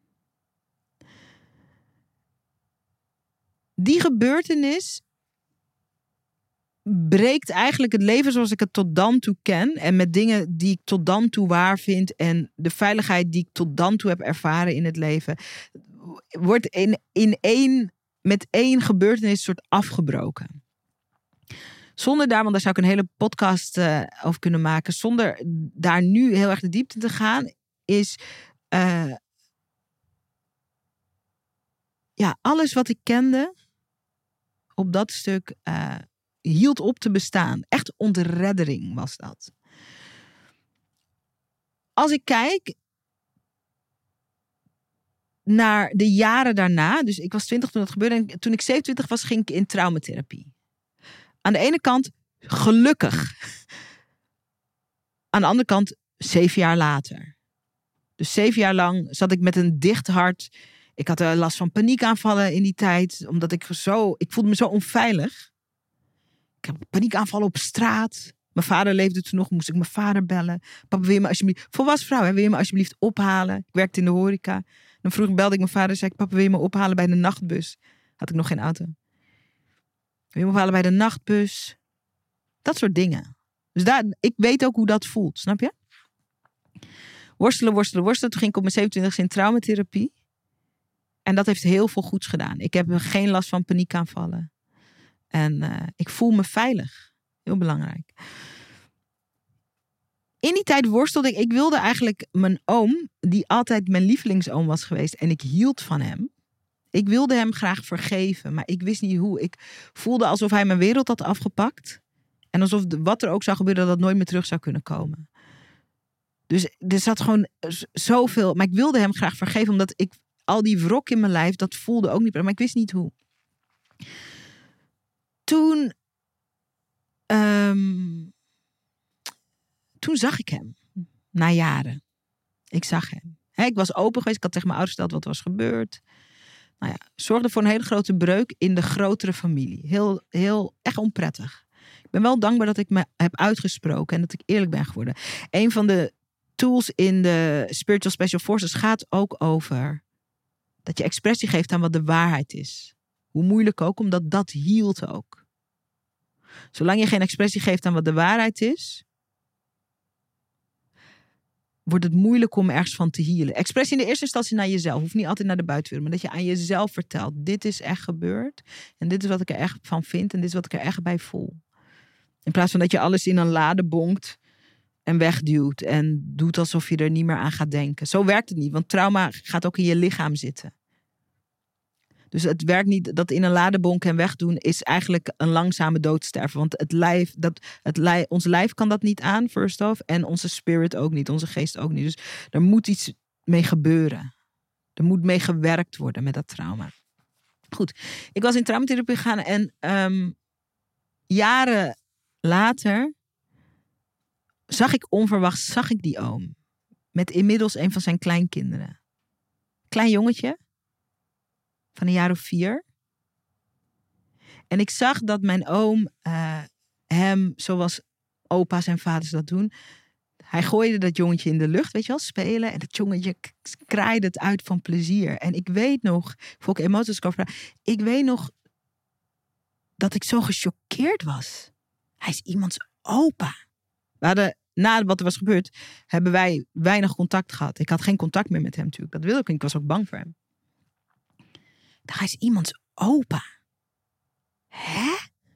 Die gebeurtenis breekt eigenlijk het leven zoals ik het tot dan toe ken. En met dingen die ik tot dan toe waar vind. En de veiligheid die ik tot dan toe heb ervaren in het leven. Wordt met één gebeurtenis soort afgebroken. Zonder daar, want daar zou ik een hele podcast over kunnen maken. Zonder daar nu heel erg de diepte te gaan. Is alles wat ik kende op dat stuk hield op te bestaan. Echt ontreddering was dat. Als ik kijk naar de jaren daarna, dus ik was 20 toen dat gebeurde en toen ik 27 was ging ik in traumatherapie. Aan de ene kant gelukkig. Aan de andere kant 7 jaar later. Dus 7 jaar lang zat ik met een dicht hart. Ik had last van paniekaanvallen in die tijd. Omdat ik voelde me zo onveilig. Ik heb paniekaanvallen op straat. Mijn vader leefde toen nog, moest ik mijn vader bellen. Papa, wil je me alsjeblieft, volwassen vrouw, wil je me alsjeblieft ophalen? Ik werkte in de horeca. Dan belde ik mijn vader en zei ik, papa, wil je me ophalen bij de nachtbus? Had ik nog geen auto. Wil je me ophalen bij de nachtbus? Dat soort dingen. Dus ik weet ook hoe dat voelt, snap je? Worstelen. Toen ging ik op mijn 27e in traumatherapie. En dat heeft heel veel goeds gedaan. Ik heb geen last van paniekaanvallen. En ik voel me veilig. Heel belangrijk. In die tijd worstelde ik. Ik wilde eigenlijk mijn oom, die altijd mijn lievelingsoom was geweest. En ik hield van hem. Ik wilde hem graag vergeven. Maar ik wist niet hoe. Ik voelde alsof hij mijn wereld had afgepakt. En alsof wat er ook zou gebeuren, dat nooit meer terug zou kunnen komen. Dus er zat gewoon zoveel. Maar ik wilde hem graag vergeven. Omdat ik al die wrok in mijn lijf, dat voelde ook niet. Maar ik wist niet hoe. Toen zag ik hem. Na jaren. Ik zag hem. Ik was open geweest. Ik had tegen mijn ouders verteld wat er was gebeurd. Nou ja, zorgde voor een hele grote breuk in de grotere familie. Heel echt onprettig. Ik ben wel dankbaar dat ik me heb uitgesproken en dat ik eerlijk ben geworden. Een van de tools in de Spiritual Special Forces gaat ook over dat je expressie geeft aan wat de waarheid is. Hoe moeilijk ook, omdat dat hield ook. Zolang je geen expressie geeft aan wat de waarheid is, wordt het moeilijk om ergens van te healen. Expressie in de eerste instantie naar jezelf. Hoeft niet altijd naar de buitenwereld. Maar dat je aan jezelf vertelt. Dit is echt gebeurd. En dit is wat ik er echt van vind. En dit is wat ik er echt bij voel. In plaats van dat je alles in een lade bonkt. En wegduwt. En doet alsof je er niet meer aan gaat denken. Zo werkt het niet. Want trauma gaat ook in je lichaam zitten. Dus het werkt niet dat in een lade bonken en wegdoen is eigenlijk een langzame doodsterven. Want ons lijf kan dat niet aan, first off. En onze spirit ook niet, onze geest ook niet. Dus er moet iets mee gebeuren. Er moet mee gewerkt worden met dat trauma. Goed, ik was in traumatherapie gegaan en jaren later zag ik onverwachts die oom. Met inmiddels een van zijn kleinkinderen. Klein jongetje. Van een jaar of 4. En ik zag dat mijn oom hem, zoals opa's en vaders dat doen. Hij gooide dat jongetje in de lucht, weet je wel, spelen. En dat jongetje kraaide het uit van plezier. En ik weet nog, voor ik emoties kan vragen. Ik weet nog dat ik zo gechoqueerd was. Hij is iemands opa. We hadden, na wat er was gebeurd, hebben wij weinig contact gehad. Ik had geen contact meer met hem natuurlijk. Dat wilde ik niet. Ik was ook bang voor hem. Hij is iemands opa. Hè?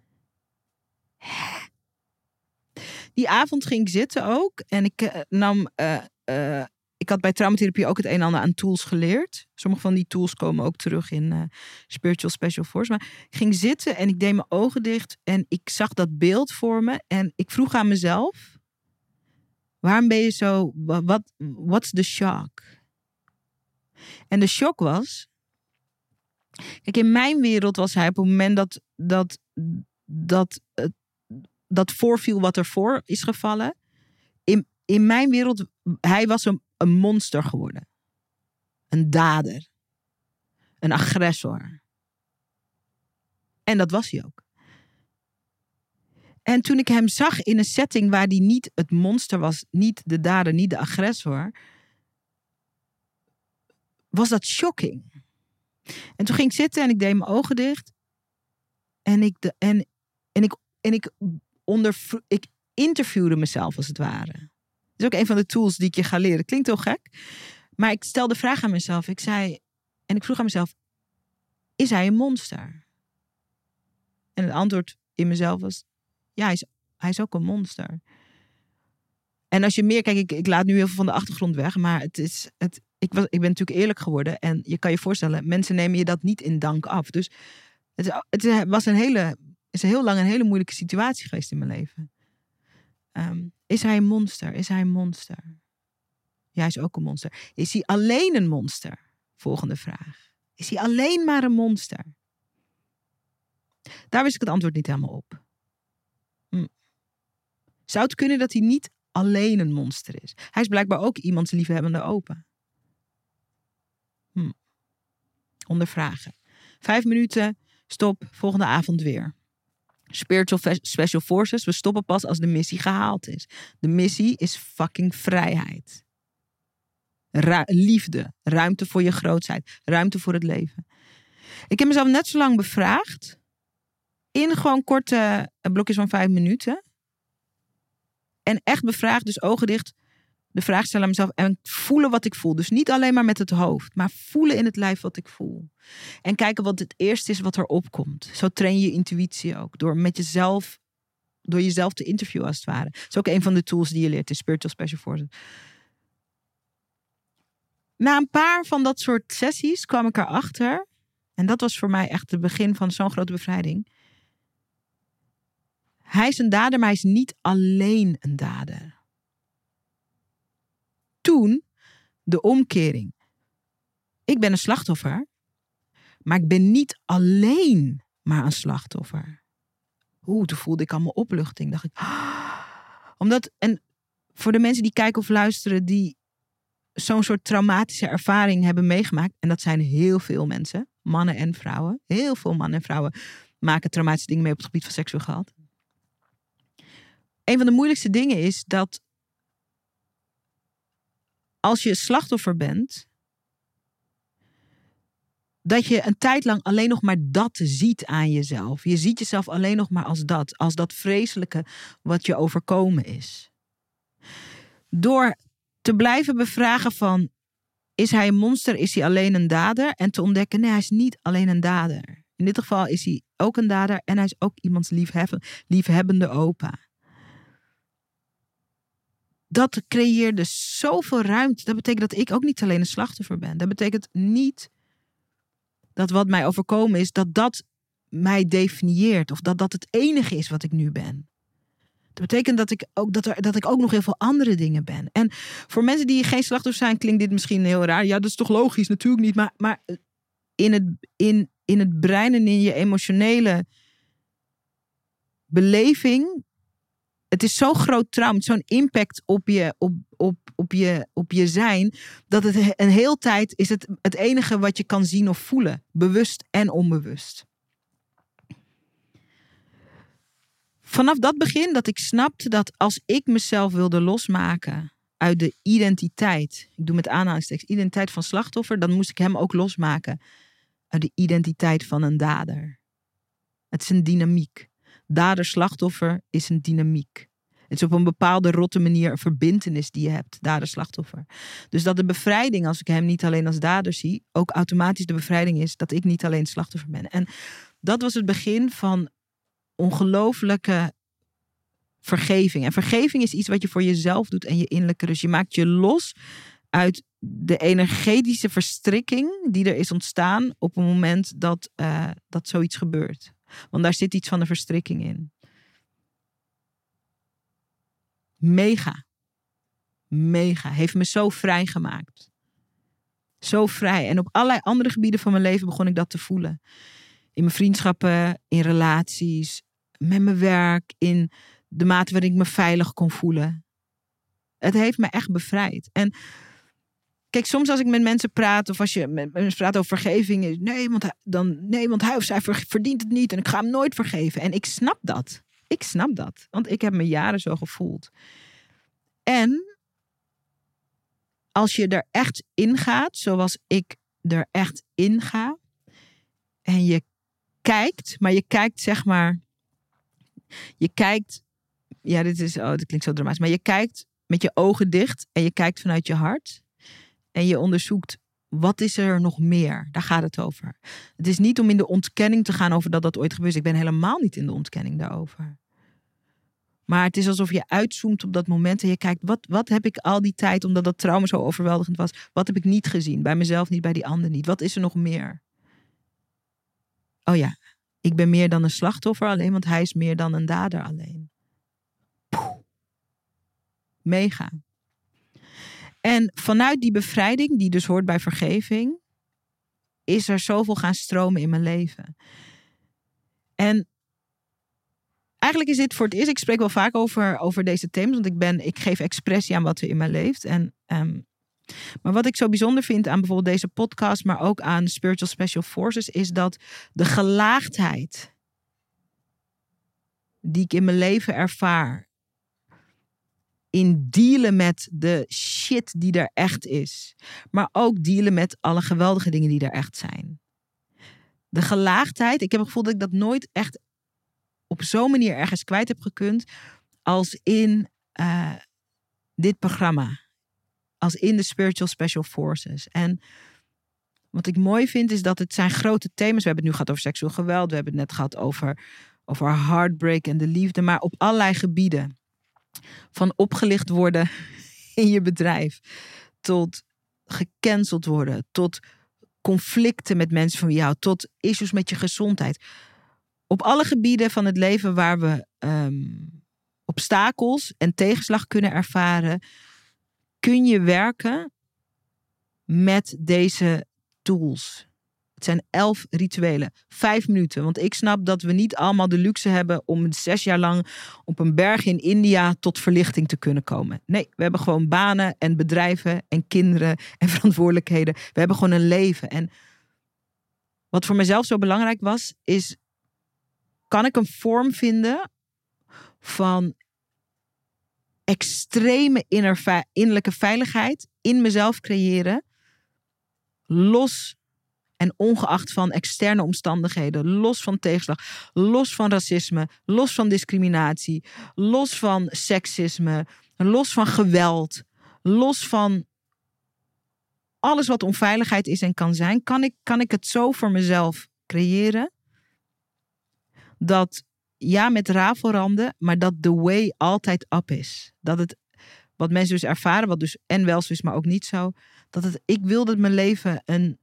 Die avond ging ik zitten ook. En ik ik had bij traumatherapie ook het een en ander aan tools geleerd. Sommige van die tools komen ook terug in Spiritual Special Force. Maar ik ging zitten en ik deed mijn ogen dicht. En ik zag dat beeld voor me. En ik vroeg aan mezelf. Waarom ben je zo... What's the shock? En de shock was... Kijk, in mijn wereld was hij op het moment dat voorviel wat ervoor is gevallen. In mijn wereld, hij was een monster geworden. Een dader. Een agressor. En dat was hij ook. En toen ik hem zag in een setting waar hij niet het monster was, niet de dader, niet de agressor, was dat shocking. En toen ging ik zitten en ik deed mijn ogen dicht. En ik interviewde mezelf als het ware. Dat is ook een van de tools die ik je ga leren. Klinkt heel gek. Maar ik stelde de vraag aan mezelf. Ik vroeg aan mezelf. Is hij een monster? En het antwoord in mezelf was. Ja, hij is ook een monster. En als je meer kijkt. Ik laat nu heel veel van de achtergrond weg. Maar ik ben natuurlijk eerlijk geworden. En je kan je voorstellen. Mensen nemen je dat niet in dank af. Dus het is heel lang een hele moeilijke situatie geweest in mijn leven. Is hij een monster? Is hij een monster? Ja, hij is ook een monster. Is hij alleen een monster? Volgende vraag. Is hij alleen maar een monster? Daar wist ik het antwoord niet helemaal op. Zou het kunnen dat hij niet alleen een monster is? Hij is blijkbaar ook iemands liefhebbende opa. Ondervragen. 5 minuten, stop, volgende avond weer. Spiritual Special Forces, we stoppen pas als de missie gehaald is. De missie is fucking vrijheid. Liefde, ruimte voor je grootheid, ruimte voor het leven. Ik heb mezelf net zo lang bevraagd, in gewoon korte blokjes van 5 minuten. En echt bevraagd, dus ogen dicht, de vraag stellen aan mezelf en voelen wat ik voel. Dus niet alleen maar met het hoofd, maar voelen in het lijf wat ik voel. En kijken wat het eerste is wat er opkomt. Zo train je intuïtie ook. Door jezelf te interviewen als het ware. Dat is ook een van de tools die je leert in Spiritual Special Forces. Na een paar van dat soort sessies kwam ik erachter. En dat was voor mij echt het begin van zo'n grote bevrijding. Hij is een dader, maar hij is niet alleen een dader. Toen de omkering. Ik ben een slachtoffer. Maar ik ben niet alleen maar een slachtoffer. Toen voelde ik allemaal opluchting. Dacht ik. Omdat, en voor de mensen die kijken of luisteren. Die zo'n soort traumatische ervaring hebben meegemaakt. En dat zijn heel veel mensen. Mannen en vrouwen. Heel veel mannen en vrouwen maken traumatische dingen mee op het gebied van seksueel geweld. een van de moeilijkste dingen is dat als je slachtoffer bent, dat je een tijd lang alleen nog maar dat ziet aan jezelf. Je ziet jezelf alleen nog maar als dat vreselijke wat je overkomen is. Door te blijven bevragen van, is hij een monster, is hij alleen een dader? En te ontdekken, nee, hij is niet alleen een dader. In dit geval is hij ook een dader en hij is ook iemands liefhebbende opa. Dat creëerde zoveel ruimte. Dat betekent dat ik ook niet alleen een slachtoffer ben. Dat betekent niet dat wat mij overkomen is, dat mij definieert. Of dat het enige is wat ik nu ben. Dat betekent dat ik ook nog heel veel andere dingen ben. En voor mensen die geen slachtoffer zijn, klinkt dit misschien heel raar. Ja, dat is toch logisch? Natuurlijk niet. Maar in het brein en in je emotionele beleving, het is zo'n groot trauma, zo'n impact op je zijn, dat het een heel tijd is het enige wat je kan zien of voelen. Bewust en onbewust. Vanaf dat begin dat ik snapte dat als ik mezelf wilde losmaken uit de identiteit, ik doe met aanhalingstekens, identiteit van slachtoffer, dan moest ik hem ook losmaken uit de identiteit van een dader. Het is een dynamiek. Dader-slachtoffer is een dynamiek. Het is op een bepaalde rotte manier een verbintenis die je hebt, dader-slachtoffer. Dus dat de bevrijding, als ik hem niet alleen als dader zie, ook automatisch de bevrijding is dat ik niet alleen slachtoffer ben. En dat was het begin van ongelooflijke vergeving. En vergeving is iets wat je voor jezelf doet en je innerlijke rust. Je maakt je los uit de energetische verstrikking die er is ontstaan op het moment dat zoiets gebeurt. Want daar zit iets van de verstrikking in. Mega. Heeft me zo vrij gemaakt. Zo vrij. En op allerlei andere gebieden van mijn leven begon ik dat te voelen. In mijn vriendschappen, in relaties, met mijn werk, in de mate waarin ik me veilig kon voelen. Het heeft me echt bevrijd. En kijk, soms als ik met mensen praat, of als je met mensen praat over vergeving, is want hij of zij verdient het niet en ik ga hem nooit vergeven. En ik snap dat. Want ik heb me jaren zo gevoeld. En als je er echt in gaat, zoals ik er echt in ga, en je kijkt, maar je kijkt zeg maar, ja, dit klinkt zo dramatisch, maar je kijkt met je ogen dicht en je kijkt vanuit je hart en je onderzoekt, wat is er nog meer? Daar gaat het over. Het is niet om in de ontkenning te gaan over dat ooit gebeurt. Ik ben helemaal niet in de ontkenning daarover. Maar het is alsof je uitzoomt op dat moment en je kijkt, wat heb ik al die tijd, omdat dat trauma zo overweldigend was, wat heb ik niet gezien? Bij mezelf niet, bij die ander niet. Wat is er nog meer? Oh ja, ik ben meer dan een slachtoffer alleen, want hij is meer dan een dader alleen. Poeh. Mega. En vanuit die bevrijding, die dus hoort bij vergeving, is er zoveel gaan stromen in mijn leven. En eigenlijk is dit voor het eerst, ik spreek wel vaak over deze thema's, want ik geef expressie aan wat er in mij leeft. Maar wat ik zo bijzonder vind aan bijvoorbeeld deze podcast, maar ook aan Spiritual Special Forces, is dat de gelaagdheid die ik in mijn leven ervaar, in dealen met de shit die er echt is, maar ook dealen met alle geweldige dingen die er echt zijn. De gelaagdheid, ik heb het gevoel dat ik dat nooit echt op zo'n manier ergens kwijt heb gekund als in dit programma. Als in de Spiritual Special Forces. En wat ik mooi vind is dat het zijn grote thema's. We hebben het nu gehad over seksueel geweld. We hebben het net gehad over heartbreak en de liefde. Maar op allerlei gebieden. Van opgelicht worden in je bedrijf. Tot gecanceld worden. Tot conflicten met mensen van wie je houdt. Tot issues met je gezondheid. Op alle gebieden van het leven waar we obstakels en tegenslag kunnen ervaren, kun je werken met deze tools. Het zijn 11 rituelen. 5 minuten. Want ik snap dat we niet allemaal de luxe hebben om 6 jaar lang op een berg in India tot verlichting te kunnen komen. Nee, we hebben gewoon banen en bedrijven en kinderen en verantwoordelijkheden. We hebben gewoon een leven. En wat voor mezelf zo belangrijk was, is, kan ik een vorm vinden van extreme innerlijke veiligheid in mezelf creëren. Los en ongeacht van externe omstandigheden. Los van tegenslag. Los van racisme. Los van discriminatie. Los van seksisme. Los van geweld. Los van alles wat onveiligheid is en kan zijn. Kan ik het zo voor mezelf creëren. Dat ja, met rafelranden, maar dat the way altijd up is. Dat het, wat mensen dus ervaren, wat dus en wel zo is, maar ook niet zo. Ik wil dat mijn leven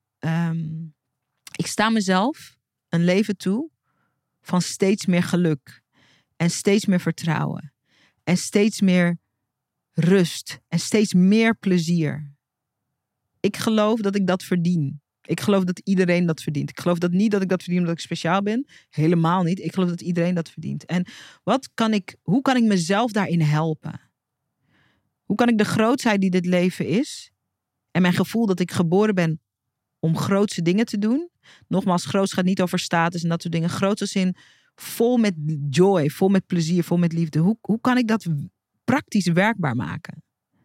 ik sta mezelf een leven toe van steeds meer geluk. En steeds meer vertrouwen. En steeds meer rust. En steeds meer plezier. Ik geloof dat ik dat verdien. Ik geloof dat iedereen dat verdient. Ik geloof niet dat ik dat verdien omdat ik speciaal ben. Helemaal niet. Ik geloof dat iedereen dat verdient. En hoe kan ik mezelf daarin helpen? Hoe kan ik de grootheid die dit leven is en mijn gevoel dat ik geboren ben om grootse dingen te doen. Nogmaals, groot gaat niet over status en dat soort dingen. Groot als in vol met joy, vol met plezier, vol met liefde. Hoe kan ik dat praktisch werkbaar maken?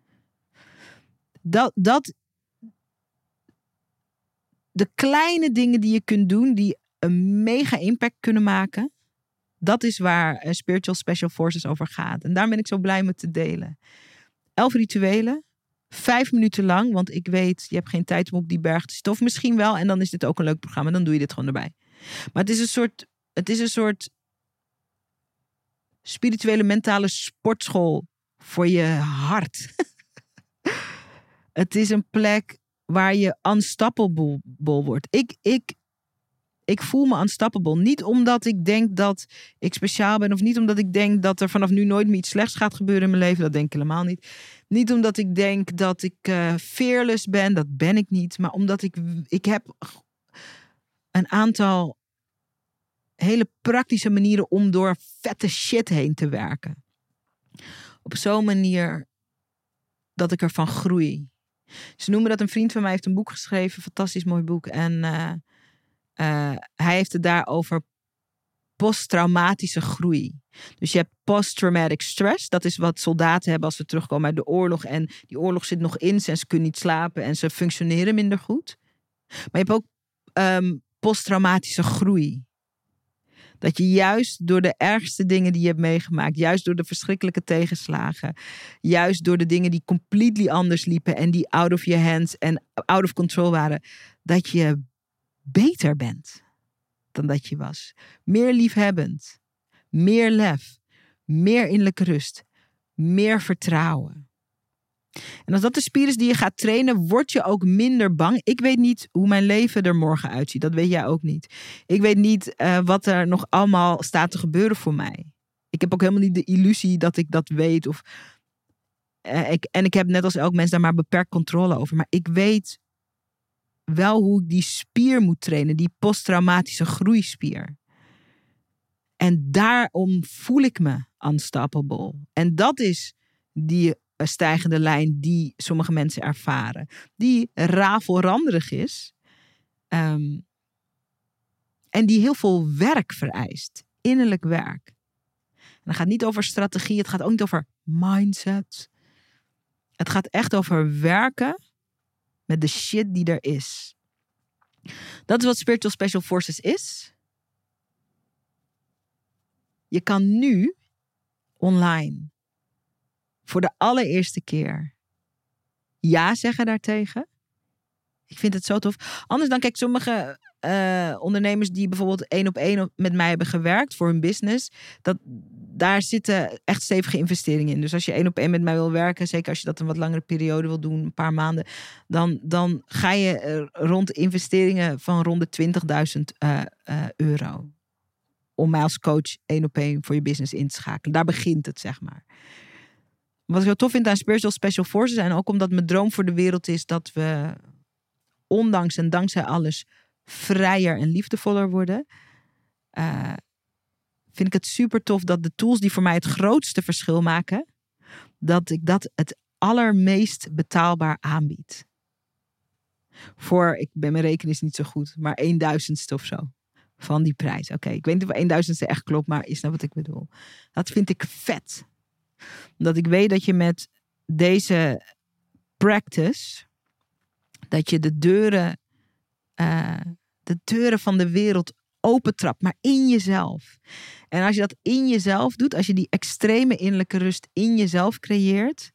De kleine dingen die je kunt doen, die een mega impact kunnen maken. Dat is waar Spiritual Special Forces over gaat. En daar ben ik zo blij mee te delen. 11 rituelen. 5 minuten lang, want ik weet, je hebt geen tijd om op die berg te zitten. Of misschien wel, en dan is dit ook een leuk programma. Dan doe je dit gewoon erbij. Maar het is een soort spirituele mentale sportschool voor je hart. Het is een plek waar je unstoppable wordt. Ik voel me unstoppable. Niet omdat ik denk dat ik speciaal ben. Of niet omdat ik denk dat er vanaf nu nooit meer iets slechts gaat gebeuren in mijn leven. Dat denk ik helemaal niet. Niet omdat ik denk dat ik fearless ben. Dat ben ik niet. Maar omdat ik heb een aantal hele praktische manieren om door vette shit heen te werken. Op zo'n manier dat ik ervan groei. Ze noemen dat, een vriend van mij heeft een boek geschreven. Een fantastisch mooi boek. En hij heeft het daar over posttraumatische groei. Dus je hebt post-traumatic stress. Dat is wat soldaten hebben als ze terugkomen uit de oorlog. En die oorlog zit nog in ze en ze kunnen niet slapen. En ze functioneren minder goed. Maar je hebt ook posttraumatische groei. Dat je juist door de ergste dingen die je hebt meegemaakt. Juist door de verschrikkelijke tegenslagen. Juist door de dingen die completely anders liepen. En die out of your hands en out of control waren. Dat je beter bent dan dat je was. Meer liefhebbend. Meer lef. Meer innerlijke rust. Meer vertrouwen. En als dat de spier is die je gaat trainen, word je ook minder bang. Ik weet niet hoe mijn leven er morgen uitziet. Dat weet jij ook niet. Ik weet niet wat er nog allemaal staat te gebeuren voor mij. Ik heb ook helemaal niet de illusie dat ik dat weet. Ik heb net als elk mens daar maar beperkt controle over. Maar ik weet wel hoe ik die spier moet trainen. Die posttraumatische groeispier. En daarom voel ik me unstoppable. En dat is die stijgende lijn die sommige mensen ervaren. Die rafelranderig is. En die heel veel werk vereist. Innerlijk werk. En het gaat niet over strategie. Het gaat ook niet over mindset. Het gaat echt over werken met de shit die er is. Dat is wat Spiritual Special Forces is. Je kan nu online voor de allereerste keer ja zeggen daartegen. Ik vind het zo tof. Anders dan, kijk, sommige ondernemers die bijvoorbeeld 1-op-1 met mij hebben gewerkt voor hun business. Daar zitten echt stevige investeringen in. Dus als je 1-op-1 met mij wil werken, zeker als je dat een wat langere periode wil doen, een paar maanden, dan ga je rond investeringen van rond de €20.000 euro. Om mij als coach 1-op-1 voor je business in te schakelen. Daar begint het, zeg maar. Wat ik zo tof vind aan Spiritual Special Forces, en ook omdat mijn droom voor de wereld is dat we ondanks en dankzij alles vrijer en liefdevoller worden, vind ik het super tof dat de tools die voor mij het grootste verschil maken, dat ik dat het allermeest betaalbaar aanbied. Mijn rekening is niet zo goed, maar 1.000ste of zo van die prijs. Oké, ik weet niet of 1.000ste echt klopt, maar je snapt wat ik bedoel. Dat vind ik vet. Omdat ik weet dat je met deze practice, dat je de deuren van de wereld opentrapt, maar in jezelf. En als je dat in jezelf doet, als je die extreme innerlijke rust in jezelf creëert,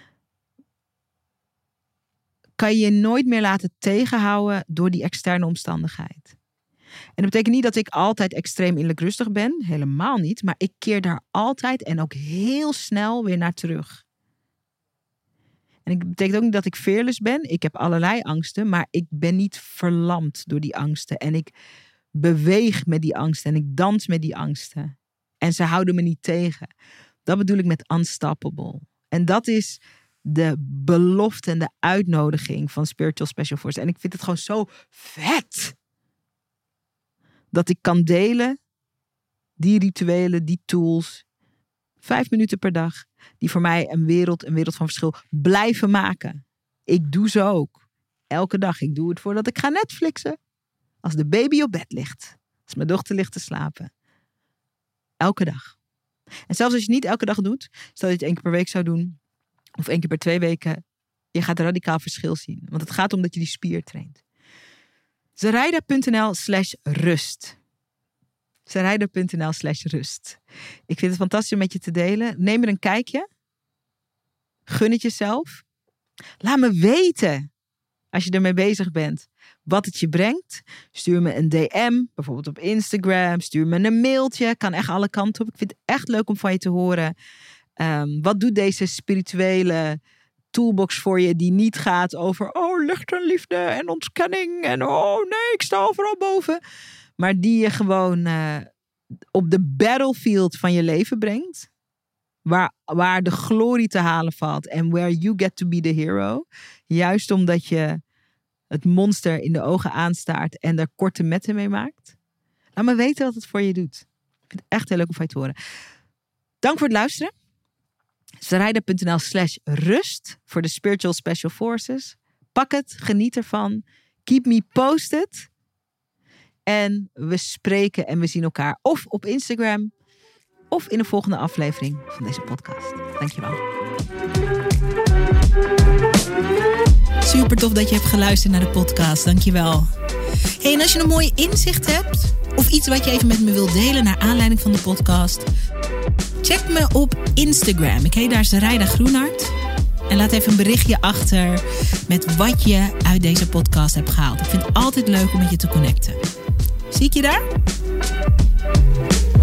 kan je je nooit meer laten tegenhouden door die externe omstandigheid. En dat betekent niet dat ik altijd extreem innerlijk rustig ben. Helemaal niet. Maar ik keer daar altijd en ook heel snel weer naar terug. En het betekent ook niet dat ik fearless ben. Ik heb allerlei angsten. Maar ik ben niet verlamd door die angsten. En ik beweeg met die angsten. En ik dans met die angsten. En ze houden me niet tegen. Dat bedoel ik met unstoppable. En dat is de belofte en de uitnodiging van Spiritual Special Forces. En ik vind het gewoon zo vet dat ik kan delen die rituelen, die tools, 5 minuten per dag, die voor mij een wereld van verschil blijven maken. Ik doe ze ook. Elke dag. Ik doe het voordat ik ga Netflixen. Als de baby op bed ligt. Als mijn dochter ligt te slapen. Elke dag. En zelfs als je het niet elke dag doet, stel dat je het 1 keer per week zou doen, of 1 keer per 2 weken, je gaat een radicaal verschil zien. Want het gaat om dat je die spier traint. Zaraida.nl/rust. Zaraida.nl/rust. Ik vind het fantastisch om met je te delen. Neem er een kijkje. Gun het jezelf. Laat me weten, als je ermee bezig bent, wat het je brengt. Stuur me een DM, bijvoorbeeld op Instagram. Stuur me een mailtje. Kan echt alle kanten op. Ik vind het echt leuk om van je te horen. Wat doet deze spirituele toolbox voor je die niet gaat over licht en liefde en ontkenning en ik sta overal boven. Maar die je gewoon op de battlefield van je leven brengt. Waar de glorie te halen valt en where you get to be the hero. Juist omdat je het monster in de ogen aanstaart en er korte metten mee maakt. Laat me weten wat het voor je doet. Ik vind het echt heel leuk om van je te horen. Dank voor het luisteren. Zaraida.nl/rust voor de Spiritual Special Forces. Pak het, geniet ervan. Keep me posted. En we spreken en we zien elkaar of op Instagram of in de volgende aflevering van deze podcast. Dankjewel. Super tof dat je hebt geluisterd naar de podcast. Dankjewel. Hey, en als je een mooi inzicht hebt of iets wat je even met me wilt delen naar aanleiding van de podcast, check me op Instagram. Ik heet daar Zaraida Groenhart. En laat even een berichtje achter met wat je uit deze podcast hebt gehaald. Ik vind het altijd leuk om met je te connecten. Zie ik je daar?